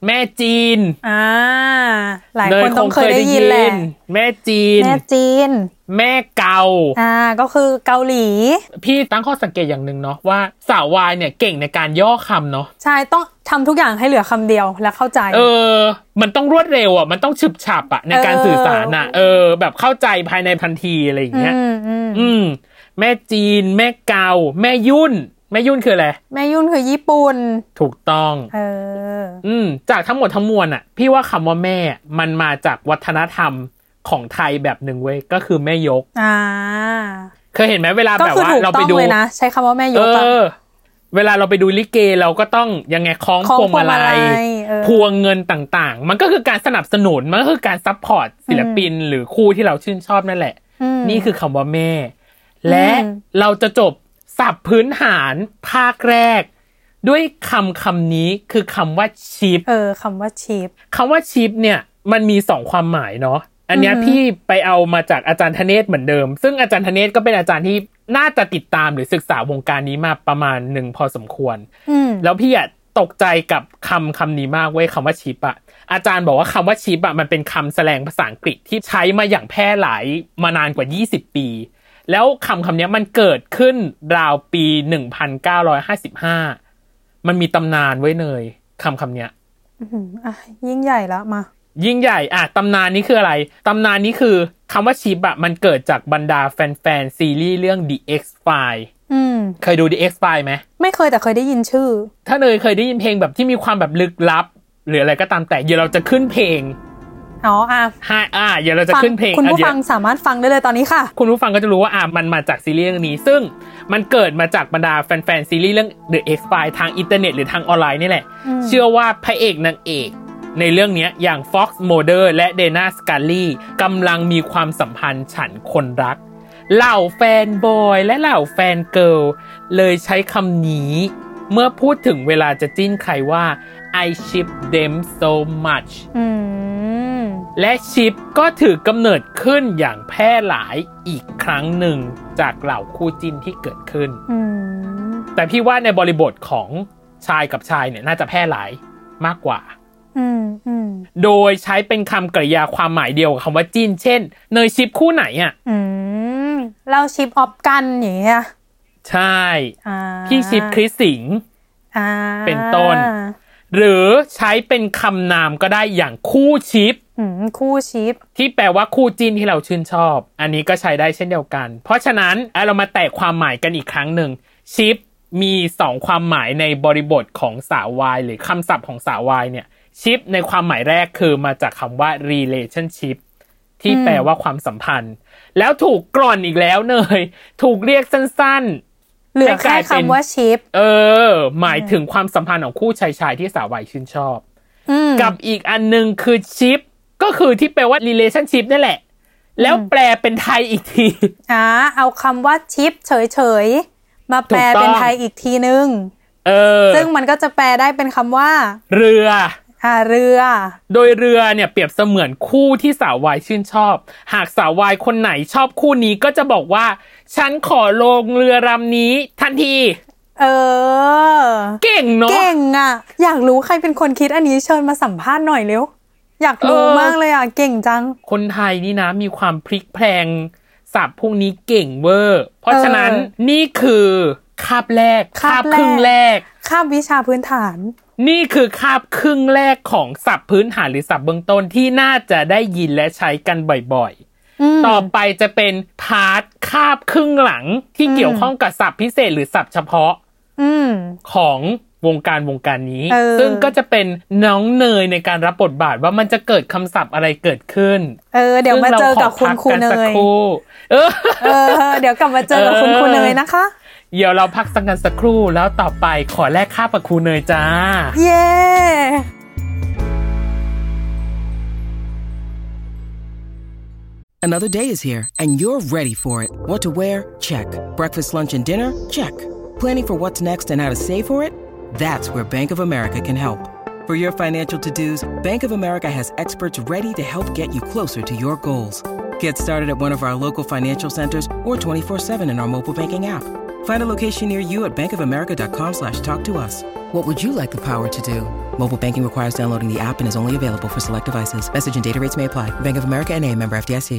แม่จีนอ่าหลายคนต้องเคยได้ยินแหละแม่จีนแม่จีนแม่เกาอ่าก็คือเกาหลีพี่ตั้งข้อสังเกตอย่างนึงเนาะว่าสาววายเนี่ยเก่งในการย่อคำเนาะใช่ต้องทำทุกอย่างให้เหลือคำเดียวและเข้าใจเออมันต้องรวดเร็วอ่ะมันต้องฉึบฉับอ่ะในการสื่อสารอ่ะเออแบบเข้าใจภายในทันทีอะไรอย่างเงี้ยอืมแม่จีนแม่เกาแม่ยุ่นแม่ยุ่นคืออะไรแม่ยุ่นคือญี่ปุ่นถูกต้องเอออืมจากทั้งหมดทั้งมวลอ่ะพี่ว่าคำว่าแม่มันมาจากวัฒนธรรมของไทยแบบหนึ่งเว้ยก็คือแม่ยกอ่าเคยเห็นไหมเวลาแบบว่าเราไปดูเลยนะใช้คำว่าแม่ยกเออเวลาเราไปดูลิเกเราก็ต้องยังไงคล้องพวงมาลัยพวงเงินต่างๆมันก็คือการสนับสนุนมันก็คือการซัพพอร์ตศิลปินหรือคู่ที่เราชื่นชอบนั่นแหละนี่คือคำว่าแม่และเราจะจบศัพท์พื้นฐานภาคแรกด้วยคำคำนี้คือคำว่าชิปเออคำว่าชิปคำว่าชิปเนี่ยมันมีสองความหมายเนาะอันเนี้ยพี่ไปเอามาจากอาจารย์ธเนศเหมือนเดิมซึ่งอาจารย์ธเนศก็เป็นอาจารย์ที่น่าจะติดตามหรือศึกษาวงการนี้มาประมาณหนึ่งพอสมควรแล้วพี่อะตกใจกับคำคำนี้มากเว้ยคำว่าชิปอะอาจารย์บอกว่าคำว่าชิปอะมันเป็นคำแสดงภาษาอังกฤษที่ใช้มาอย่างแพร่หลายมานานกว่ายี่สิบปีแล้วคำคำนี้มันเกิดขึ้นราวปีหนึ่งพันเก้าร้อยห้าสิบห้ามันมีตำนานไว้เนยคำคำนี้อ่ะยิ่งใหญ่ละมายิ่งใหญ่อ่ะตำนานนี้คืออะไรตำนานนี้คือคำว่าชิปอะมันเกิดจากบรรดาแฟนๆซีรีส์เรื่อง The X-Files อืมเคยดู The X-Files ไหมไม่เคยแต่เคยได้ยินชื่อถ้าเนยเคยได้ยินเพลงแบบที่มีความแบบลึกลับหรืออะไรก็ตามแต่เดี๋ยวเราจะขึ้นเพลงอ๋ออ่ะฮะอ่ะเดี๋ยวเราจะขึ้นเพลงคุณผู้ฟังสามารถฟังได้เลยตอนนี้ค่ะคุณผู้ฟังก็จะรู้ว่าอ่ะมันมาจากซีรีส์เรื่องนี้ซึ่งมันเกิดมาจากบรรดาแฟนๆซีรีส์เรื่อง The X-Files ทางอินเทอร์เน็ตหรือทางออนไลน์นี่แหละเชื่อว่าพระเอกนางเอกในเรื่องนี้อย่าง Fox Mulder และ Dana Scully กำลังมีความสัมพันธ์ฉันคนรักเหล่าแฟนบอยและเหล่าแฟนเกิร์ลเลยใช้คำนี้เมื่อพูดถึงเวลาจะจิ้นใครว่า I ship them so much และชิปก็ถือกำเนิดขึ้นอย่างแพร่หลายอีกครั้งหนึ่งจากเหล่าคู่จิ้นที่เกิดขึ้นแต่พี่ว่าในบริบทของชายกับชายเนี่ยน่าจะแพร่หลายมากกว่าโดยใช้เป็นคำกริยาความหมายเดียวกับคำว่าจิ้นเช่นเนยชิปคู่ไหนอ่ะเราชิปออฟกันอย่างเงี้ยใช่พี่ชิปคริสสิงห์เป็นต้นหรือใช้เป็นคำนามก็ได้อย่างคู่ชิปคู่ชิปที่แปลว่าคู่จิ้นที่เราชื่นชอบอันนี้ก็ใช้ได้เช่นเดียวกันเพราะฉะนั้นเรามาแตกความหมายกันอีกครั้งหนึ่งชิปมีสองความหมายในบริบทของสาววายหรือคำศัพท์ของสาววายเนี่ยชิปในความหมายแรกคือมาจากคำว่า relationship ที่แปลว่าความสัมพันธ์แล้วถูกกร่อนอีกแล้วเนยถูกเรียกสั้นๆเหลือแค่คำว่าชิปเออหมายถึงความสัมพันธ์ของคู่ชายชายที่สาววายชื่นชอบกับอีกอันนึงคือชิปก็คือที่แปลว่า relationship นั่นแหละแล้วแปลเป็นไทยอีกทีอ่าเอาคำว่าชิปเฉยๆมาแปลเป็นไทยอีกทีนึงเออซึ่งมันก็จะแปลได้เป็นคำว่าเรืออ่าเรือโดยเรือเนี่ยเปรียบเสมือนคู่ที่สาววายชื่นชอบหากสาววายคนไหนชอบคู่นี้ก็จะบอกว่าฉันขอลงเรือลำนี้ทันทีเออเก่งเนาะเก่งอ่ะอยากรู้ใครเป็นคนคิดอันนี้เชิญมาสัมภาษณ์หน่อยเร็วอยากรู้มากเลยอ่ะเก่งจังคนไทยนี่นะมีความพลิกแพลงศัพท์พวกนี้เก่งเวอร์เพราะฉะนั้นนี่คือคาบแรกคาบครึ่งแรกคาบวิชาพื้นฐานนี่คือคาบครึ่งแรกของศัพท์พื้นฐานหรือศัพท์เบื้องต้นที่น่าจะได้ยินและใช้กันบ่อยๆต่อไปจะเป็นพาร์ทคาบครึ่งหลังที่เกี่ยวข้องกับศัพท์พิเศษหรือศัพท์เฉพาะของวงการวงการนี้ซึ่งก็จะเป็นน้องเนยในการรับบทบาทว่ามันจะเกิดคำศัพท์อะไรเกิดขึ้นเออเดี๋ยวมาเจอกับคุณครูเนยเออเดี๋ยวกลับมาเจอกับคุณครูเนยนะคะเดี๋ยวเราพักสักกันสักครู่แล้วต่อไปขอแลกค่ากับครูเนยจ้าเย้ Another day is here and you're ready for it. What to wear? Check. Breakfast, lunch, and dinner? Check. Planning for what's next and how to save for it? That's where Bank of America can help. For your financial to-dos, Bank of America has experts ready to help get you closer to your goals. Get started at one of our local financial centers or twenty-four seven in our mobile banking app. Find a location near you at bankofamerica.com slash talk to us. What would you like the power to do? Mobile banking requires downloading the app and is only available for select devices. Message and data rates may apply. Bank of America N A, member เอฟ ดี เอส ซี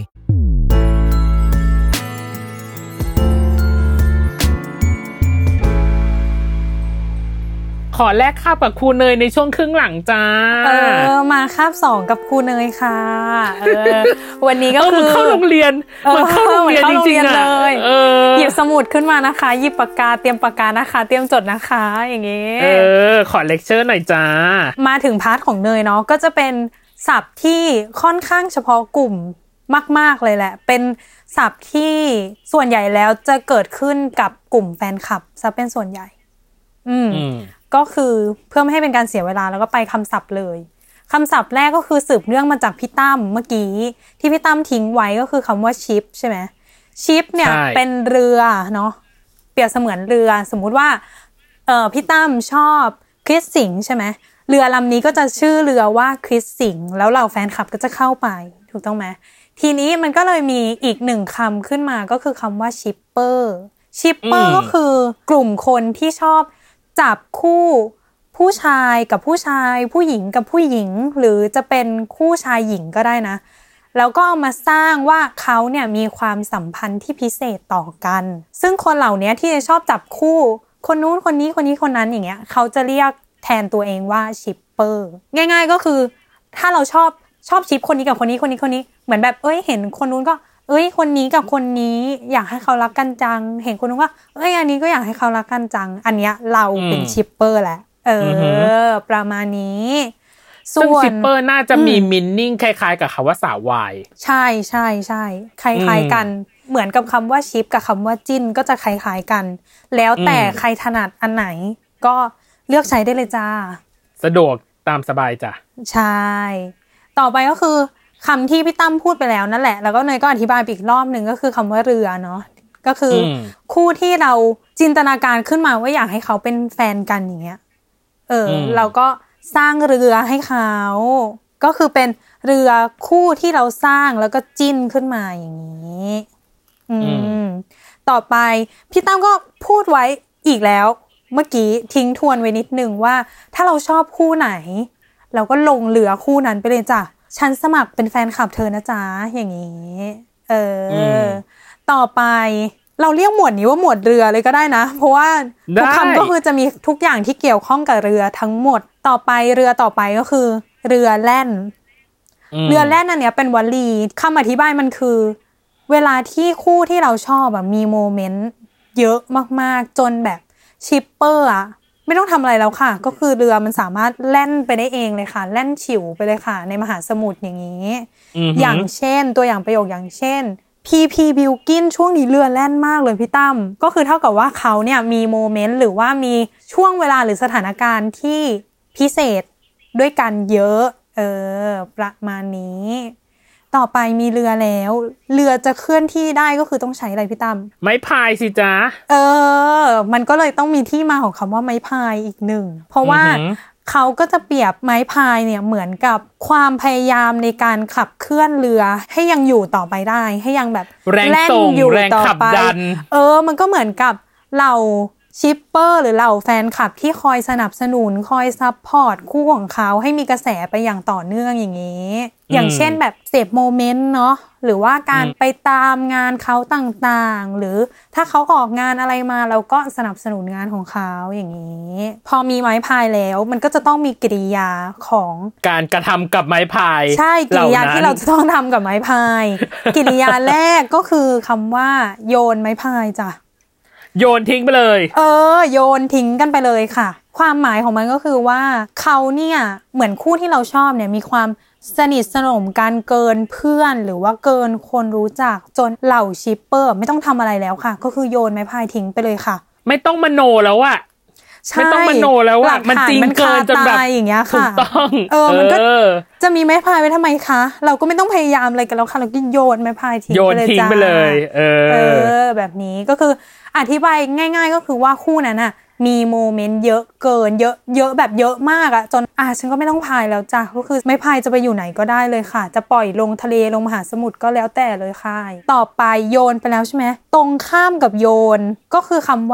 ขอแลกคาบกับครูเนยในช่วงครึ่งหลังจ้าเออมาคาบสองกับครูเนยค่ะเออวันนี้ก็คือเข้าโรงเรียนเหมือนเข้าโรงเรียนจริงๆเลยหยิบสมุดขึ้นมานะคะหยิบปากกาเตรียมปากกานะคะเตรียมจดนะคะอย่างงี้เออขอเลคเชอร์หน่อยจ้ามาถึงพาร์ทของเนยเนาะก็จะเป็นศัพท์ที่ค่อนข้างเฉพาะกลุ่มมากๆเลยแหละเป็นศัพท์ที่ส่วนใหญ่แล้วจะเกิดขึ้นกับกลุ่มแฟนคลับซะเป็นส่วนใหญ่อืมก็คือเพื่อไม่ให้เป็นการเสียเวลาแล้วก็ไปคำศัพท์เลยคำศัพท์แรกก็คือสืบเนื่องมาจากพี่ตั้มเมื่อกี้ที่พี่ตั้มทิ้งไว้ก็คือคำว่าชิปใช่ไหมชิปเนี่ยเป็นเรือเนาะเปรียบเสมือนเรือสมมุติว่าเออพี่ตั้มชอบคริสสิงห์ใช่ไหมเรือลำนี้ก็จะชื่อเรือว่าคริสสิงห์แล้วเหล่าแฟนคลับก็จะเข้าไปถูกต้องไหมทีนี้มันก็เลยมีอีกหนึ่งคำขึ้นมาก็คือคำว่าชิปเปอร์ชิปเปอร์ก็คือกลุ่มคนที่ชอบจับคู่ผู้ชายกับผู้ชายผู้หญิงกับผู้หญิงหรือจะเป็นคู่ชายหญิงก็ได้นะแล้วก็เอามาสร้างว่าเขาเนี่ยมีความสัมพันธ์ที่พิเศษต่อกันซึ่งคนเหล่านี้ที่จะชอบจับคู่คนนู้นคนนี้คนนี้คนนั้นอย่างเงี้ยเขาจะเรียกแทนตัวเองว่าชิปเปอร์ง่ายๆก็คือถ้าเราชอบชอบชิปคนนี้กับคนนี้คนนี้คนนี้เหมือนแบบเอ้ยเห็นคนนู้นก็เอ้ยคนนี้กับคนนี้อยากให้เขารักกันจังเห็นคนนู้นก็เอ้ยอันนี้ก็อยากให้เขารักกันจังอันเนี้ยเราเป็นชิปเปอร์แหละเออประมาณนี้ซึ่งชิปเปอร์น่าจะมีมินนิ่งคล้ายๆกับคำว่าสาววายใช่ใช่ใช่คล้ายๆกันเหมือนกับคำว่าชิปกับคำว่าจิ้นก็จะคล้ายๆกันแล้วแต่ใครถนัดอันไหนก็เลือกใช้ได้เลยจ้าสะดวกตามสบายจ้ะใช่ต่อไปก็คือคำที่พี่ตั้มพูดไปแล้วนั่นแหละแล้วก็เนยก็อธิบายอีกรอบนึงก็คือคำว่าเรือเนาะก็คือคู่ที่เราจินตนาการขึ้นมาว่าอยากให้เขาเป็นแฟนกันอย่างเงี้ยเออเราก็สร้างเรือให้เขาก็คือเป็นเรือคู่ที่เราสร้างแล้วก็จิ้นขึ้นมาอย่างนี้อืมต่อไปพี่ตั้มก็พูดไว้อีกแล้วเมื่อกี้ทิ้งทวนไว้นิดนึงว่าถ้าเราชอบคู่ไหนเราก็ลงเรือคู่นั้นไปเลยจ้ะฉันสมัครเป็นแฟนคลับเธอนะจ๊ะอย่างนี้เออต่อไปเราเรียกหมวดนี้ว่าหมวดเรือเลยก็ได้นะเพราะว่าทุกคำก็คือจะมีทุกอย่างที่เกี่ยวข้องกับเรือทั้งหมดต่อไปเรือต่อไปก็คือเรือแล่นเรือแล่นอันเนี้ยเป็นวลีคำอธิบายมันคือเวลาที่คู่ที่เราชอบอะมีโมเมนต์เยอะมากๆจนแบบชิปเปอร์อะไม่ต้องทำอะไรแล้วค่ะก็คือเรือมันสามารถแล่นไปได้เองเลยค่ะแล่นฉิวไปเลยค่ะในมหาสมุทรอย่างนี้ อย่างเช่นตัวอย่างประโยคอย่างเช่นพีพีบิลกินช่วงนี้เรือแล่นมากเลยพี่ตั้มก็คือเท่ากับว่าเขาเนี่ยมีโมเมนต์หรือว่ามีช่วงเวลาหรือสถานการณ์ที่พิเศษด้วยกันเยอะเออประมาณนี้ต่อไปมีเรือแล้วเรือจะเคลื่อนที่ได้ก็คือต้องใช้อะไรพี่ตั้มไม้พายสิจ๊ะเออมันก็เลยต้องมีที่มาของคำว่าไม้พายอีกหนึ่งเพราะว่าเขาก็จะเปรียบไม้พายเนี่ยเหมือนกับความพยายามในการขับเคลื่อนเรือให้ยังอยู่ต่อไปได้ให้ยังแบบแรงส่งแรงขับดันเออมันก็เหมือนกับเหล่าชิปเปอร์หรือเหล่าแฟนคลับที่คอยสนับสนุนคอยซัพพอร์ตคู่ของเขาให้มีกระแสไปอย่างต่อเนื่องอย่างนี้อย่างเช่นแบบเสพโมเมนต์เนาะหรือว่าการไปตามงานเขาต่างๆหรือถ้าเขาออกงานอะไรมาเราก็สนับสนุนงานของเขาอย่างนี้พอมีไม้พายแล้วมันก็จะต้องมีกิริยาของการกระทำกับไม้พายใช่กิริยาที่เราจะต้องทำกับไม้พายกิริยาแรกก็คือคำว่าโยนไม้พายจ้ะโยนทิ้งไปเลยเออโยนทิ้งกันไปเลยค่ะความหมายของมันก็คือว่าเขาเนี่ยเหมือนคู่ที่เราชอบเนี่ยมีความสนิทสนมกันเกินเพื่อนหรือว่าเกินคนรู้จักจนเหล่าชิปเปอร์ไม่ต้องทำอะไรแล้วค่ะก็คือโยนไม้พายทิ้งไปเลยค่ะไม่ต้องมโนแล้วอะไม่ต้องมโนแล้วอะมันจริงเกินจนแบบอย่างเงี้ยค่ะถูกต้องเออมันก็จะมีไม้พายไว้ทำไมคะเราก็ไม่ต้องพยายามอะไรกันแล้วค่ะเราก็โยนไม้พายทิ้งไปเลยจ้าโยนทิ้งไปเลยเออเออแบบนี้ก็คืออธิบายง่ายๆก็คือว่าคู่นั้นน่ะมีโมเมนต์เยอะเกินเยอะเยอะแบบเยอะมากอะจนอ่ะฉันก็ไม่ต้องพายแล้วจ้ะก็คือไม่พายจะไปอยู่ไหนก็ได้เลยค่ะจะปล่อยลงทะเลลงมหาสมุทรก็แล้วแต่เลยค่ะต่อไปโยนไปแล้วใช่ไหมตรงข้ามกับโยนก็คือคำว่า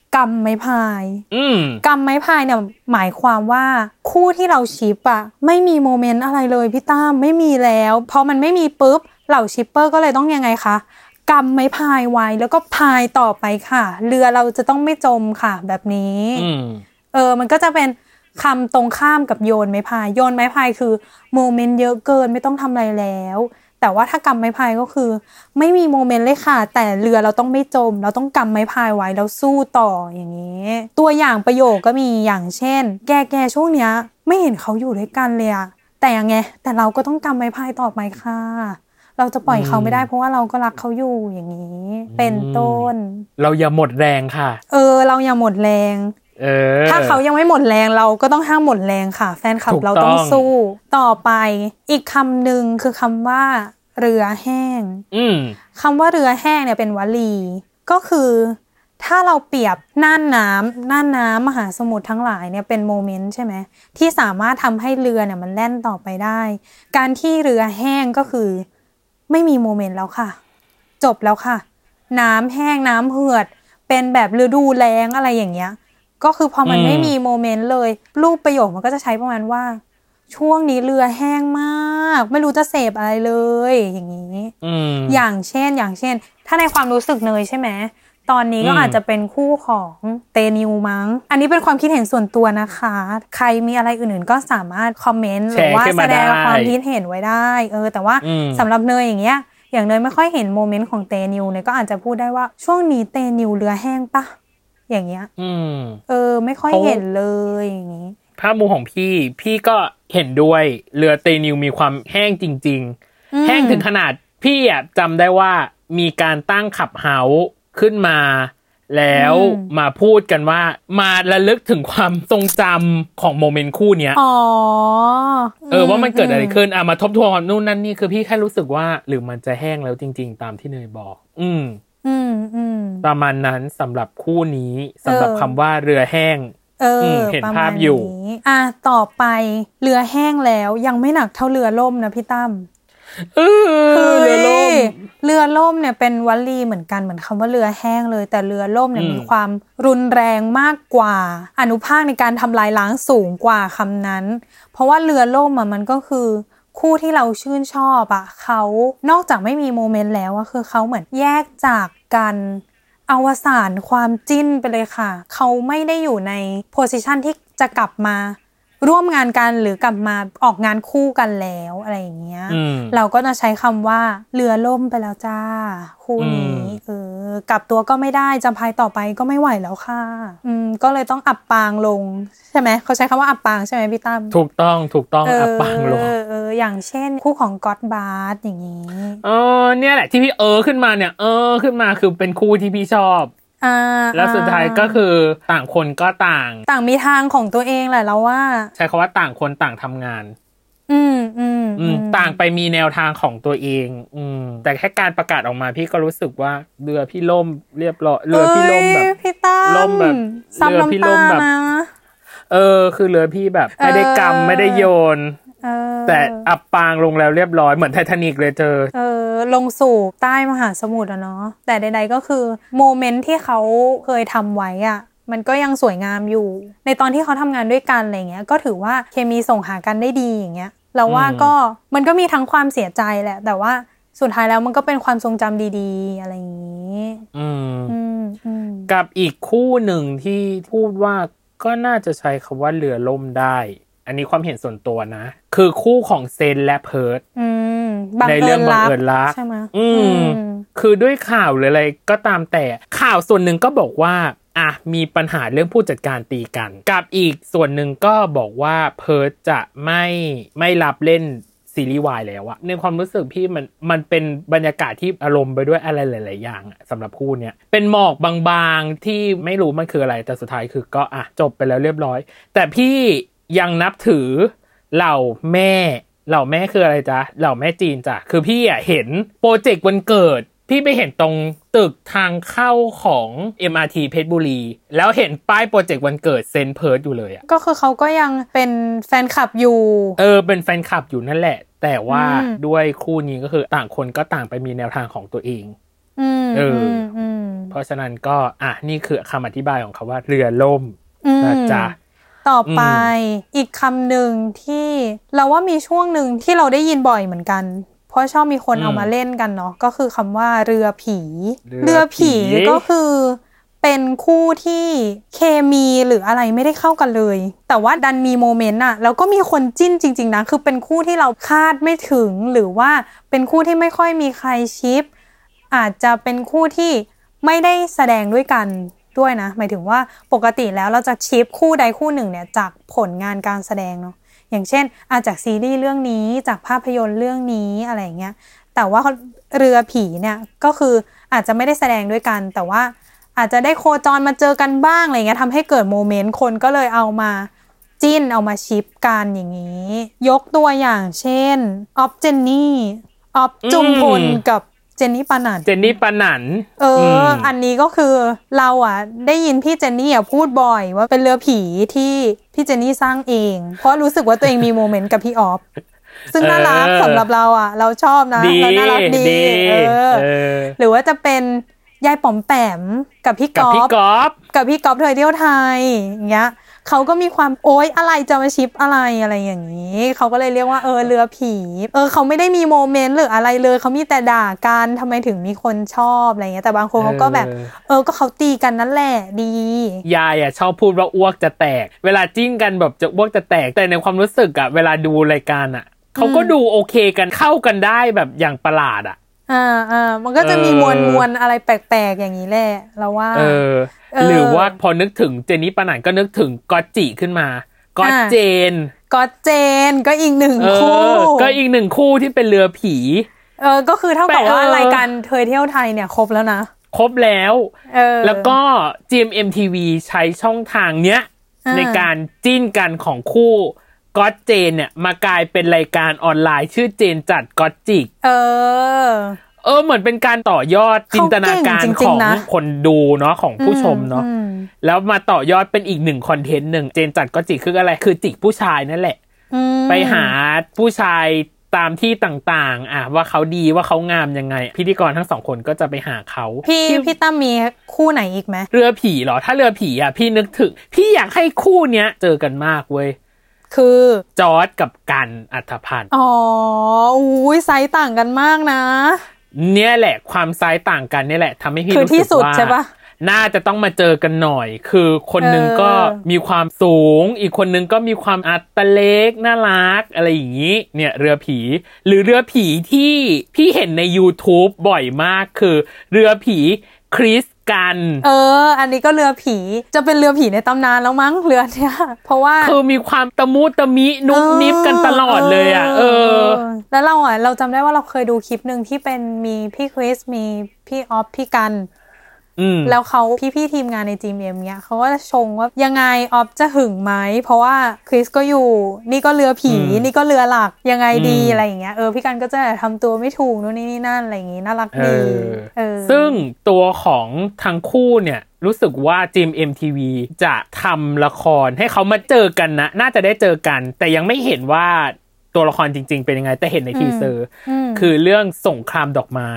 กำไม้พายอืมกำไม้พายเนี่ยหมายความว่าคู่ที่เราชิปอะไม่มีโมเมนต์อะไรเลยพี่ตั้มไม่มีแล้วพอมันไม่มีปุ๊บเหล่าชิปเปอร์ก็เลยต้องยังไงคะกำไม้พายไว้แล้วก็พายต่อไปค่ะเรือเราจะต้องไม่จมค่ะแบบนี้เออมันก็จะเป็นคำตรงข้ามกับโยนไม้พายโยนไม้พายคือโมเมนต์เยอะเกินไม่ต้องทำอะไรแล้วแต่ว่าถ้ากำไม้พายก็คือไม่มีโมเมนต์เลยค่ะแต่เรือเราต้องไม่จมเราต้องกำไม้พายไว้แล้วสู้ต่ออย่างนี้ตัวอย่างประโยคก็มีอย่างเช่นแกแกช่วงเนี้ยไม่เห็นเขาอยู่ด้วยกันเลยอะแต่ยังไงแต่เราก็ต้องกำไม้พายต่อไปค่ะเราจะปล่อยเขาไม่ได้เพราะว่าเราก็รักเขาอยู่อย่างนี้เป็นต้นเราอย่าหมดแรงค่ะเออเราอย่าหมดแรงเออถ้าเขายังไม่หมดแรงเราก็ต้องห้ามหมดแรงค่ะแฟนคลับเราต้องสู้ต่อไปอีกคำหนึ่งคือคำว่าเรือแห้งคำว่าเรือแห้งเนี่ยเป็นวลีก็คือถ้าเราเปรียบน่านน้ำน่านน้ำมหาสมุทรทั้งหลายเนี่ยเป็นโมเมนต์ใช่ไหมที่สามารถทำให้เรือเนี่ยมันแล่นต่อไปได้การที่เรือแห้งก็คือไม่มีโมเมนต์แล้วค่ะจบแล้วค่ะน้ำแห้งน้ำเหือดเป็นแบบฤดูแล้งอะไรอย่างเงี้ยก็คือพอมันไม่มีโมเมนต์เลยรูปประโยคมันก็จะใช้ประมาณว่าช่วงนี้เรือแห้งมากไม่รู้จะเสพอะไรเลยอย่างนี้อย่างเช่นอย่างเช่นถ้าในความรู้สึกเนยใช่ไหมตอนนี้ก็อาจจะเป็นคู่ของเตนิวมั้งอันนี้เป็นความคิดเห็นส่วนตัวนะคะใครมีอะไรอื่นๆก็สามารถคอมเมนต์หรือว่าแสดงความคิดเห็นไว้ได้เออแต่ว่าสำหรับเนยอย่างเงี้ยอย่างเนยไม่ค่อยเห็นโมเมนต์ของเตนิวเนี่ยก็อาจจะพูดได้ว่าช่วงนี้เตนิวเรือแห้งปะอย่างเงี้ยเออไม่ค่อยเห็นเลยอย่างงี้ภาพมุมของพี่พี่ก็เห็นด้วยเรือเตนิวมีความแห้งจริงๆแห้งถึงขนาดพี่อ่ะจำได้ว่ามีการตั้งขับเฮาส์ขึ้นมาแล้วมาพูดกันว่ามาระลึกถึงความทรงจำของโมเมนต์คู่เนี้ยอ๋อเออว่ามันเกิดอะไรขึ้นอ่ะมาทบทวนนู่นนั่นนี่คือพี่แค่รู้สึกว่าหรือมันจะแห้งแล้วจริงๆตามที่เนยบอกอืมอืมอืมประมาณนั้นสำหรับคู่นี้สำหรับคำว่าเรือแห้งเออเห็นภาพอยู่อ่ะต่อไปเรือแห้งแล้วยังไม่หนักเท่าเรือล่มนะพี่ตั้มเออเรือล่มเรือล่มเนี่ยเป็นวลีเหมือนกันเหมือนคำว่าเรือแห้งเลยแต่เรือล่มเนี่ยมีความรุนแรงมากกว่าอานุภาคในการทำลายล้างสูงกว่าคำนั้นเพราะว่าเรือล่มอ่ะมันก็คือคู่ที่เราชื่นชอบอ่ะเขานอกจากไม่มีโมเมนต์แล้วอ่ะคือเขาเหมือนแยกจากกันอวสานความจิ้นไปเลยค่ะเขาไม่ได้อยู่ในโพสิชันที่จะกลับมาร่วมงานกันหรือกลับมาออกงานคู่กันแล้วอะไรอย่างเงี้ยเราก็จะใช้คำว่าเรือล่มไปแล้วจ้าคู่นี้เออกลับตัวก็ไม่ได้จะพายต่อไปก็ไม่ไหวแล้วค่ะอืมก็เลยต้องอับปางลงใช่ไหมเขาใช้คำว่าอับปางใช่ไหมพี่ตั้มถูกต้องถูกต้องอับปางลงเออเอออย่างเช่นคู่ของก็อดบาร์สอย่างนี้เออเนี่ยแหละที่พี่เออขึ้นมาเนี่ยเออขึ้นมาคือเป็นคู่ที่พี่ชอบอ่าแล้วสุดท้ายก็คือต่างคนก็ต่างต่างมีทางของตัวเองแหละแล้วว่าใช้คำว่าต่างคนต่างทำงานอืมอืมอืมต่างไปมีแนวทางของตัวเองอืมแต่แค่การประกาศออกมาพี่ก็รู้สึกว่าเรือพี่ล่มเรียบร้อยเรือพี่ล่มแบบล่มแบบเรือพี่ล่มแบบเออคือเรือพี่แบบไม่ได้กำไม่ได้โยนแต่อับปางลงแล้วเรียบร้อยเหมือนไททานิคเลยเธอเออลงสู่ใต้มหาสมุทรอะเนาะแต่ใดๆก็คือโมเมนต์ที่เขาเคยทำไว้อะมันก็ยังสวยงามอยู่ในตอนที่เขาทำงานด้วยกันอะไรเงี้ยก็ถือว่าเคมีส่งหากันได้ดีอย่างเงี้ยเราว่าก็มันก็มีทั้งความเสียใจแหละแต่ว่าสุดท้ายแล้วมันก็เป็นความทรงจำดีๆอะไรอย่างงี้อืมกับอีกคู่หนึ่งที่พูดว่าก็น่าจะใช้คำว่าเรือล่มได้อันนี้ความเห็นส่วนตัวนะคือคู่ของเซนและเพิร์ทในเรื่องบังเอิญรักใช่ไหมอืมคือด้วยข่าวหรืออะไรก็ตามแต่ข่าวส่วนหนึ่งก็บอกว่าอ่ะมีปัญหาเรื่องผู้จัดการตีกันกับอีกส่วนหนึ่งก็บอกว่าเพิร์ทจะไม่ไม่รับเล่นซีรีส์วายแล้วอะในความรู้สึกพี่มันมันเป็นบรรยากาศที่อารมณ์ไปด้วยอะไรหลายๆอย่างอะสำหรับคู่เนี้ยเป็นหมอกบางๆที่ไม่รู้มันคืออะไรแต่สุดท้ายคือก็อ่ะจบไปแล้วเรียบร้อยแต่พี่ยังนับถือเหล่าแม่เหล่าแม่คืออะไรจ๊ะเหล่าแม่จีนจ้ะคือพี่อ่ะเห็นโปรเจกต์วันเกิดพี่ไปเห็นตรงตึกทางเข้าของ เอ็ม อาร์ ที เพชรบุรีแล้วเห็นป้ายโปรเจกต์วันเกิดเซนเพิร์ทอยู่เลยอ่ะก็คือเขาก็ยังเป็นแฟนคลับอยู่เออเป็นแฟนคลับอยู่นั่นแหละแต่ว่าด้วยคู่นี้ก็คือต่างคนก็ต่างไปมีแนวทางของตัวเองอืมเออเพราะฉะนั้นก็อ่ะนี่คือคำอธิบายของเขาว่าเรือล่มนะจ๊ะต่อไปอีกคำหนึ่งที่เราว่ามีช่วงหนึ่งที่เราได้ยินบ่อยเหมือนกันเพราะชอบมีคนเอามาเล่นกันเนาะก็คือคำว่าเรือผีเรือผีก็คือเป็นคู่ที่เคมีหรืออะไรไม่ได้เข้ากันเลยแต่ว่าดันมีโมเมนต์อะแล้วก็มีคนจิ้นจริงๆนะคือเป็นคู่ที่เราคาดไม่ถึงหรือว่าเป็นคู่ที่ไม่ค่อยมีใครชิปอาจจะเป็นคู่ที่ไม่ได้แสดงด้วยกันด้วยนะหมายถึงว่าปกติแล้วเราจะชิปคู่ใดคู่หนึ่งเนี่ยจากผลงานการแสดงเนาะอย่างเช่นอาจจากซีรีส์เรื่องนี้จากภาพยนตร์เรื่องนี้อะไรอย่างเงี้ยแต่ว่าเรือผีเนี่ยก็คืออาจจะไม่ได้แสดงด้วยกันแต่ว่าอาจจะได้โคจรมาเจอกันบ้างอะไรเงี้ยทำให้เกิดโมเมนต์คนก็เลยเอามาจิ้นเอามาชิปกันอย่างนี้ยกตัวอย่างเช่นออฟเจนนี่ออฟจุมพลกับเจนนี่ปานันเจนนี่ปานันเอออันนี้ก็คือเราอ่ะได้ยินพี่เจนนี่อ่ะพูดบ่อยว่าเป็นเรือผีที่พี่เจนนี่สร้างเองเพราะรู้สึกว่าตัวเองมีโมเมนต์กับพี่ออฟซึ่งน่ารักสำหรับเราอ่ะเราชอบนะแล้วน่ารักดีเออหรือว่าจะเป็นยายป๋อมแปมกับพี่ก๊อฟกับพี่ก๊อฟเธอเที่ยวไทยอย่างเงี้ยเขาก็มีความโอ๊ยอะไรจะมาชิปอะไรอะไรอย่างนี้เขาก็เลยเรียกว่าเออเรือผีเออเขาไม่ได้มีโมเมนต์หรืออะไรเลยเขามีแต่ด่ากันทำไมถึงมีคนชอบอะไรเงี้ยแต่บางคนเขาก็แบบเออก็เขาตีกันนั่นแหละดียายอ่ะชอบพูดว่าอ้วกจะแตกเวลาจิ้นกันแบบจะอ้วกจะแตกแต่ในความรู้สึกอ่ะเวลาดูรายการอ่ะเขาก็ดูโอเคกันเข้ากันได้แบบอย่างประหลาดอ่ะอ่าอ่ามันก็จะมีมวลมวลอะไรแปลกๆอย่างนี้แหละเราว่าเออหรือว่าพอนึกถึงเจนนี่ปานันก็นึกถึงก๊อตจิขึ้นมาก๊อตเจนก๊อตเจนก็อีกหนึ่งคู่ก็อีกหนึ่งคู่ที่เป็นเรือผีเออก็คือเท่ากับว่ารายการเธอเที่ยวไทยเนี่ยครบแล้วนะครบแล้วแล้วก็ จี เอ็ม เอ็ม ที วี ใช้ช่องทางเนี้ยในการจิ้นกันของคู่ก๊อตเจนเนี่ยมากลายเป็นรายการออนไลน์ชื่อเจนจัดก๊อตจิกเออเออเหมือนเป็นการต่อยอดจินตนาการของคนดูเนาะของผู้ชมเนาะแล้วมาต่อยอดเป็นอีกหนึ่งคอนเทนต์หนึ่งเจนจัดก็จิกคืออะไรคือจิกผู้ชายนั่นแหละไปหาผู้ชายตามที่ต่างๆอ่ะว่าเขาดีว่าเขางามยังไงพิธีกรทั้งสองคนก็จะไปหาเขาพี่พี่ตั้มมีคู่ไหนอีกไหมเรือผีเหรอถ้าเรือผีอ่ะพี่นึกถึงพี่อยากให้คู่เนี้ยเจอกันมากเว้ยคือจอร์จกับกันอัธพันธ์อ๋ออุ้ยไซส์ต่างกันมากนะเนี่ยแหละความไซส์ต่างกันเนี่ยแหละทำให้พี่รู้สึกว่าน่าจะต้องมาเจอกันหน่อยคือคนนึงก็มีความสูงอีกคนนึงก็มีความอัตเล็กน่ารักอะไรอย่างนี้เนี่ยเรือผีหรือเรือผีที่พี่เห็นใน YouTube บ่อยมากคือเรือผีคริสกันเอออันนี้ก็เรือผีจะเป็นเรือผีในตำนานแล้วมั้งเรือเนี่ยเพราะว่าคือมีความตะมุตะมินุบนิบกันตลอดเลยอ่ะเออแล้วเราอ่ะเราจำได้ว่าเราเคยดูคลิปนึงที่เป็นมีพี่คริสมีพี่ออฟพี่กันแล้วเขาพี่ๆทีมงานใน จี เอ็ม เงี้ยเขาก็จะชงว่ายังไงออฟจะหึงไหมเพราะว่าคริสก็อยู่นี่ก็เรือผีนี่ก็เรือหลักยังไงดีอะไรอย่างเงี้ยเออพี่กันก็จะทำตัวไม่ถูกนู่นนี่นั่นอะไรอย่างงี้น่ารักดีเออซึ่งตัวของทั้งคู่เนี่ยรู้สึกว่า จี เอ็ม ที วี จะทำละครให้เขามาเจอกันนะน่าจะได้เจอกันแต่ยังไม่เห็นว่าตัวละครจริงๆเป็นยังไงแต่เห็นในทีเซอร์คือเรื่องสงครามดอกไม้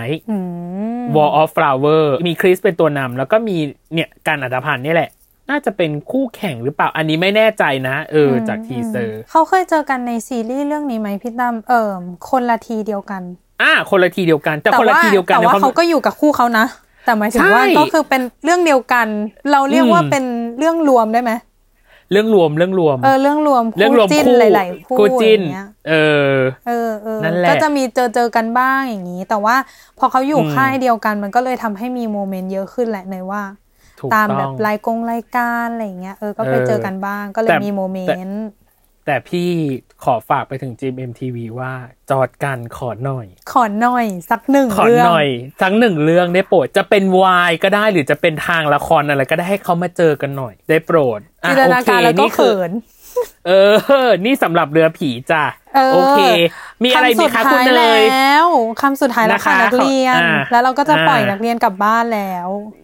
War of Flower มีคริสเป็นตัวนำแล้วก็มีเนี่ยกันอัธพันธ์นี่แหละน่าจะเป็นคู่แข่งหรือเปล่าอันนี้ไม่แน่ใจนะเออจากทีเซอร์เขาเคยเจอกันในซีรีส์เรื่องนี้ไหมพี่ตั้มเอ่อคนละทีเดียวกันอ่าคนละทีเดียวกันแต่คนละทีเดียวกันแต่ว่าเขาก็อยู่กับคู่เขานะแต่หมายถึงว่าก็คือเป็นเรื่องเดียวกันเราเรียกว่าเป็นเรื่องรวมได้ไหมเรื่องรวมเรื่องรวมเออเรื่องรวมคู่จิ้นหลายๆคู่อย่างเงี้ยเออเออเออก็จะมีเจอเจอกันบ้างอย่างนี้แต่ว่าพอเขาอยู่ค่ายเดียวกันมันก็เลยทำให้มีโมเมนต์เยอะขึ้นแหละเนยว่าตามแบบรายกงรายการอะไรอย่างเงี้ยเออก็ไปเจอกันบ้างก็เลยมีโมเมนต์แต่พี่ขอฝากไปถึง จี เอ็ม ที วี ว่าจอดกันขอหน่อยขอหน่อยสักหนึ่งเรื่องขอหน่อยสักหนึ่งเรื่องได้โปรดจะเป็นวายก็ได้หรือจะเป็นทางละครอะไรก็ได้ให้เขามาเจอกันหน่อยได้โปรดจินตนาการแล้วก็เขินเออนี่สำหรับเรือผีจ้ะโอเคมีอะไรมีคะคุณเนยแล้วคำสุดท้ายแล้วค่ะนักเรียนแล้วเราก็จะปล่อยนักเรียนกลับบ้านแล้ว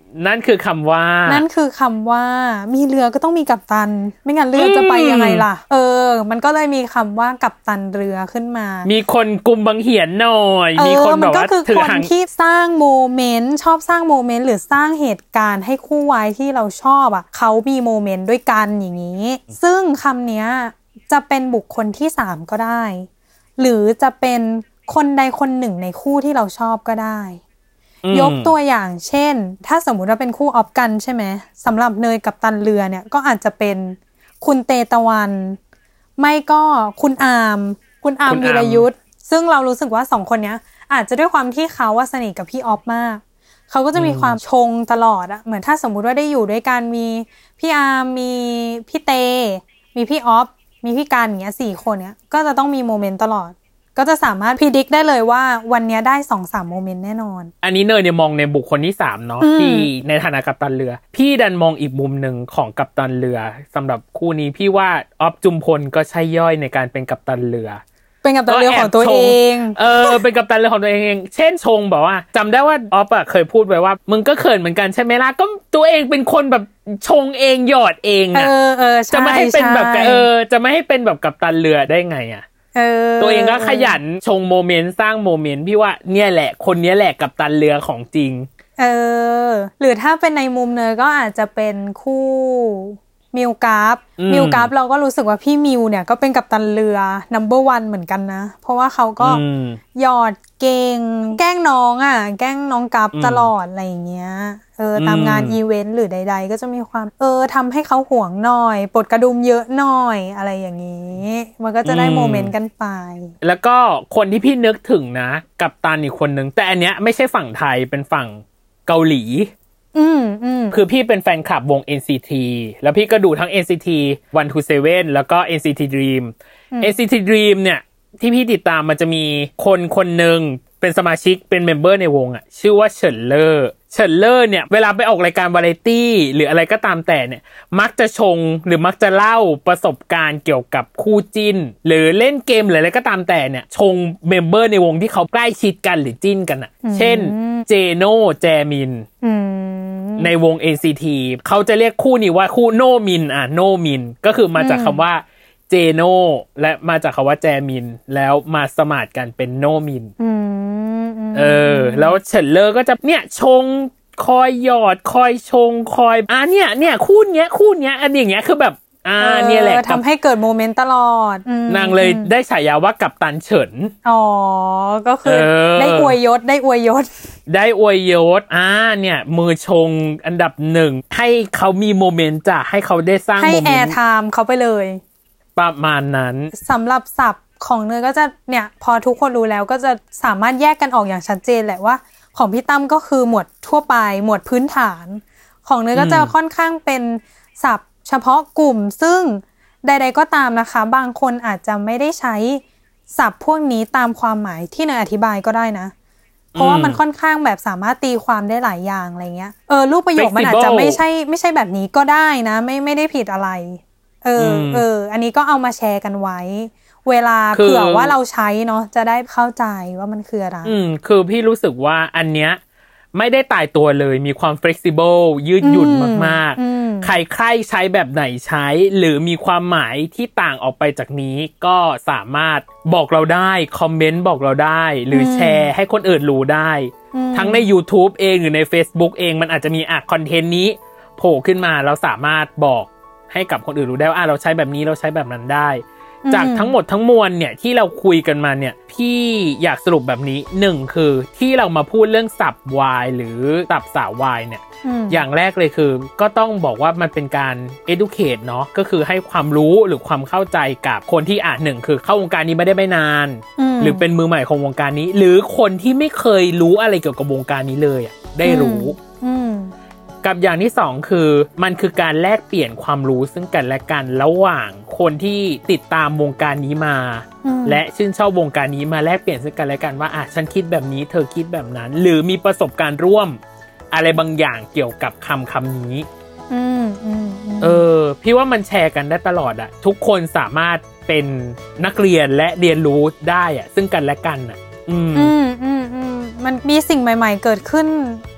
นั่นคือคำว่านั่นคือคำว่ามีเรือก็ต้องมีกัปตันไม่งั้นเรือจะไปยังไงล่ะเออมันก็เลยมีคำว่ากัปตันเรือขึ้นมามีคนกุมบังเหียนหน่อยมีคนแบบว่าถือหางที่สร้างโมเมนต์ชอบสร้างโมเมนต์หรือสร้างเหตุการณ์ให้คู่วายที่เราชอบอ่ะเขามีโมเมนต์ด้วยกันอย่างนี้ซึ่งคำนี้จะเป็นบุคคลที่สามก็ได้หรือจะเป็นคนใดคนหนึ่งในคู่ที่เราชอบก็ได้ยกตัวอย่างเช่นถ้าสมมุติว่าเป็นคู่ออฟกันใช่ไหมสำหรับเนยกับตันเรือเนี่ยก็อาจจะเป็นคุณเตตะวันไม่ก็คุณอามคุณอามวีรยุทธซึ่งเรารู้สึกว่าสองคนเนี้ยอาจจะด้วยความที่เขาว่าสนิทกับพี่ออฟมากเขาก็จะมีความชงตลอดอะเหมือนถ้าสมมุติว่าได้อยู่ด้วยกันมีพี่อามมีพี่เตมีพี่ออฟมีพี่การอย่างเงี้ยสี่คนเนี้ยก็จะต้องมีโมเมนต์ตลอดก็จะสามารถพิจิตรได้เลยว่าวันนี้ได้ สองถึงสาม โมเมนต์แน่นอนอันนี้เนยเนี่ยมองในบุคคลที่สามเนาะที่ในฐานะกัปตันเรือพี่ดันมองอีกมุมนึงของกัปตันเรือสำหรับคู่นี้พี่ว่าออฟจุมพลก็ใช่ย่อยในการเป็นกัปตันเรือเป็นกัปตันเรือของตัวเองเออเป็นกัปตันเรือของตัวเองเช่นชงบอกว่าจำได้ว่าออฟอ่ะเคยพูดไว้ว่ามึงก็เขินเหมือนกันใช่ไหมล่ะก็ตัวเองเป็นคนแบบชงเองหยอดเองอ่ะจะไม่ให้เป็นแบบเออจะไม่ให้เป็นแบบกัปตันเรือได้ไงอ่ะตัวเองก็ขยันชงโมเมนต์สร้างโมเมนต์พี่ว่าเนี่ยแหละคนนี้แหละกัปตันเรือของจริงเออหรือถ้าเป็นในมุมเนยก็อาจจะเป็นคู่มิวกราฟมิวกราฟเราก็รู้สึกว่าพี่มิวเนี่ยก็เป็นกัปตันเรือ นัมเบอร์วัน เหมือนกันนะเพราะว่าเขาก็หยอดเก่งแกล้งน้องอ่ะแกล้งน้องกราฟตลอดอะไรอย่างเงี้ยเออตามงานอีเวนต์หรือใดๆก็จะมีความเออทำให้เขาห่วงหน่อยปลดกระดุมเยอะหน่อยอะไรอย่างนี้มันก็จะได้โมเมนต์กันไปแล้วก็คนที่พี่นึกถึงนะกัปตันอีกคนนึงแต่อันเนี้ยไม่ใช่ฝั่งไทยเป็นฝั่งเกาหลีอืมอืมคือพี่เป็นแฟนคลับวง เอ็น ซี ที แล้วพี่ก็ดูทั้ง เอ็น ซี ที วันทูเซเว่น แล้วก็ เอ็น ซี ที Dream เอ็น ซี ที Dream เนี่ยที่พี่ติดตามมันจะมีคนคนนึงเป็นสมาชิกเป็นเมมเบอร์ในวงอ่ะชื่อว่าเฉินเลอร์เฉินเลอร์เนี่ยเวลาไปออกรายการวาไรตี้หรืออะไรก็ตามแต่เนี่ยมักจะชงหรือมักจะเล่าประสบการณ์เกี่ยวกับคู่จิ้นหรือเล่นเกมหรืออะไรก็ตามแต่เนี่ยชงเมมเบอร์ในวงที่เขาใกล้ชิดกันหรือจิ้นกันอ่ะเช่นเจโน่แจมินในวง เอ็น ซี ที เขาจะเรียกคู่นี้ว่าคู่โนมินอ่ะโนมินก็คือมาจากคำว่าเจโน่และมาจากคำว่าแจมินแล้วมาสมาร์ทกันเป็นโนมินเออแล้วเฉินเลอร์ก็จะเนี่ยชงคอยหยอดคอยชงคอยอ่ะเนี่ยเนี่ยคู่เนี้ยคู่เนี้ยอันอย่างเงี้ยคือแบบอ่าเนี่ยแหละทำให้เกิดโมเมนต์ตลอดนางเลยได้ฉายาว่ากัปตันเฉินอ๋อก็คือได้อวยยศได้อวยยศได้อวยยศอ่าเนี่ยมือชงอันดับหนึ่งให้เขามีโมเมนต์จ้ะให้เขาได้สร้างโมเมนต์ให้แอร์ไทม์เขาไปเลยประมาณนั้นสำหรับศัพท์ของเนยก็จะเนี่ยพอทุกคนรู้แล้วก็จะสามารถแยกกันออกอย่างชัดเจนแหละว่าของพี่ตั้มก็คือหมวดทั่วไปหมวดพื้นฐานของเนยก็จะค่อนข้างเป็นศัพท์เฉพาะกลุ่มซึ่งใดๆก็ตามนะคะบางคนอาจจะไม่ได้ใช้ศัพท์พวกนี้ตามความหมายที่เนยอธิบายก็ได้นะเพราะว่ามันค่อนข้างแบบสามารถตีความได้หลายอย่างอะไรเงี้ยเออรูปประโยคมันอาจจะไม่ใช่ไม่ใช่แบบนี้ก็ได้นะไม่ไม่ได้ผิดอะไรเออเอออันนี้ก็เอามาแชร์กันไว้เวลาเผื่อว่าเราใช้เนาะจะได้เข้าใจว่ามันคืออะไรอืมคือพี่รู้สึกว่าอันเนี้ยไม่ได้ตายตัวเลยมีความ flexible ยืดหยุ่นมากๆใครใครใช้แบบไหนใช้หรือมีความหมายที่ต่างออกไปจากนี้ก็สามารถบอกเราได้คอมเมนต์บอกเราได้หรือแชร์ให้คนอื่นรู้ได้ทั้งใน YouTube เองหรือใน Facebook เองมันอาจจะมีอ่ะคอนเทนต์นี้โผล่ขึ้นมาเราสามารถบอกให้กับคนอื่นรู้ได้ว่าเราใช้แบบนี้เราใช้แบบนั้นได้จากทั้งหมดทั้งมวลเนี่ยที่เราคุยกันมาเนี่ยพี่อยากสรุปแบบนี้หนึ่งคือที่เรามาพูดเรื่องศัพท์วายหรือศัพท์สาววายเนี่ยอย่างแรกเลยคือก็ต้องบอกว่ามันเป็นการ educate เนาะก็คือให้ความรู้หรือความเข้าใจกับคนที่อ่ะหนึ่งคือเข้าวงการนี้ไม่ได้ไม่นานหรือเป็นมือใหม่ของวงการนี้หรือคนที่ไม่เคยรู้อะไรเกี่ยวกับวงการนี้เลยอ่ะได้รู้กับอย่างที่สองคือมันคือการแลกเปลี่ยนความรู้ซึ่งกันและกันระหว่างคนที่ติดตามวงการนี้มาและชื่นชอบวงการนี้มาแลกเปลี่ยนซึ่งกันและกันว่าอ่ะฉันคิดแบบนี้เธอคิดแบบนั้นหรือมีประสบการณ์ร่วมอะไรบางอย่างเกี่ยวกับคำคำนี้เออพี่ว่ามันแชร์กันได้ตลอดอ่ะทุกคนสามารถเป็นนักเรียนและเรียนรู้ได้อ่ะซึ่งกันและกันอ่ะอืมอืมอืมอืมมันมีสิ่งใหม่ๆเกิดขึ้น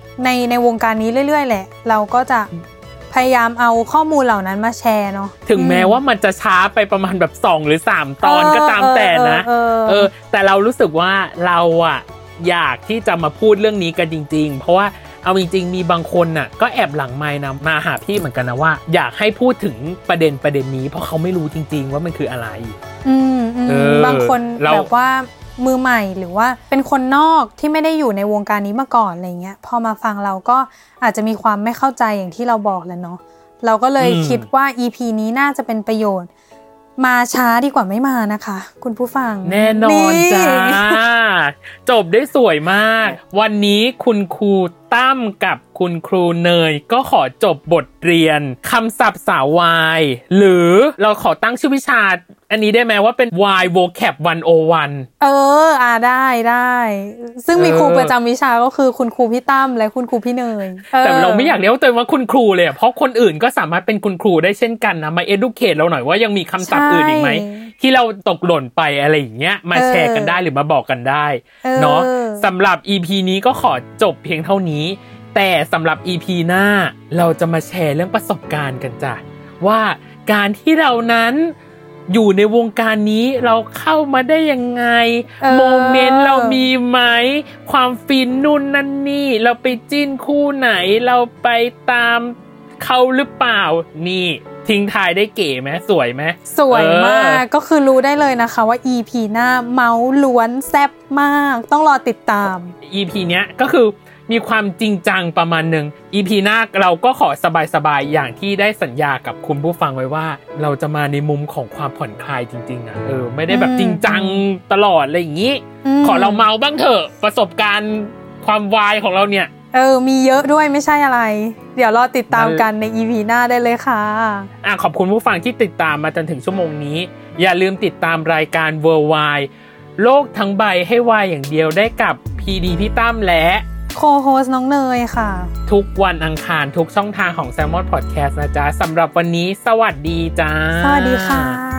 ในในวงการนี้เรื่อยๆแหละเราก็จะพยายามเอาข้อมูลเหล่านั้นมาแชร์เนาะถึงแม้ว่ามันจะช้าไปประมาณแบบสองหรือสามตอนก็ตามแต่นะเออเออแต่เรารู้สึกว่าเราอ่ะอยากที่จะมาพูดเรื่องนี้กันจริงๆเพราะว่าเอาจริงๆมีบางคนน่ะก็แอบหลังไมค์นะมาหาพี่เหมือนกันนะว่าอยากให้พูดถึงประเด็นประเด็นนี้เพราะเขาไม่รู้จริงๆว่ามันคืออะไรอืมบางคนแบบว่ามือใหม่หรือว่าเป็นคนนอกที่ไม่ได้อยู่ในวงการนี้มาก่อนอะไรเงี้ยพอมาฟังเราก็อาจจะมีความไม่เข้าใจอย่างที่เราบอกแล้วเนาะเราก็เลยคิดว่า อี พี นี้น่าจะเป็นประโยชน์มาช้าดีกว่าไม่มานะคะคุณผู้ฟังแน่นอนจ้าจบได้สวยมากวันนี้คุณครูตั้มกับคุณครูเนยก็ขอจบบทเรียนคำศัพท์สาววายหรือเราขอตั้งชื่อวิชาอันนี้ได้ไหมว่าเป็น Y Vocab หนึ่งศูนย์หนึ่งเอออ่าได้ได้ซึ่งมีครูประจำวิชาก็คือคุณครูพี่ตั้มและคุณครูพี่เนยแต่เราไม่อยากเรียกตัวเองว่าคุณครูเลยเพราะคนอื่นก็สามารถเป็นคุณครูได้เช่นกันนะมา educate เราหน่อยว่ายังมีคำศัพท์อื่นอีกไหมที่เราตกหล่นไปอะไรอย่างเงี้ยมาแชร์กันได้หรือมาบอกกันได้เนาะสำหรับ อี พี นี้ก็ขอจบเพียงเท่านี้แต่สำหรับ อี พี หน้าเราจะมาแชร์เรื่องประสบการณ์กันจ้ะว่าการที่เรานั้นอยู่ในวงการนี้เราเข้ามาได้ยังไงโมเมนต์เรามีไหมความฟินนู่นนั่นนี่เราไปจิ้นคู่ไหนเราไปตามเขาหรือเปล่านี่ทิ้งท้ายได้เก๋ไหมสวยไหมสวยมากก็คือรู้ได้เลยนะคะว่า อี พี หน้าเมาล้วนแซ่บมากต้องรอติดตามอี พี เนี้ยก็คือมีความจริงจังประมาณนึง อี พี หน้าเราก็ขอสบายๆอย่างที่ได้สัญญากับคุณผู้ฟังไว้ว่าเราจะมาในมุมของความผ่อนคลายจริงๆอ่ะเออไม่ได้แบบจริงจังตลอดอะไรอย่างงี้ขอเราเมาบ้างเถอะประสบการณ์ความวายของเราเนี่ยเออมีเยอะด้วยไม่ใช่อะไรเดี๋ยวรอติดตามกันใน อี พี หน้าได้เลยค่ะอ่ะขอบคุณผู้ฟังที่ติดตามมาจนถึงชั่วโมงนี้อย่าลืมติดตามรายการ Worldwide โลกทั้งใบให้วายอย่างเดียวได้กับ พี ดี พี่ตั้มและโคโฮสน้องเนยค่ะทุกวันอังคารทุกช่องทางของ Salmon Podcast นะจ๊ะสำหรับวันนี้สวัสดีจ้าสวัสดีค่ะ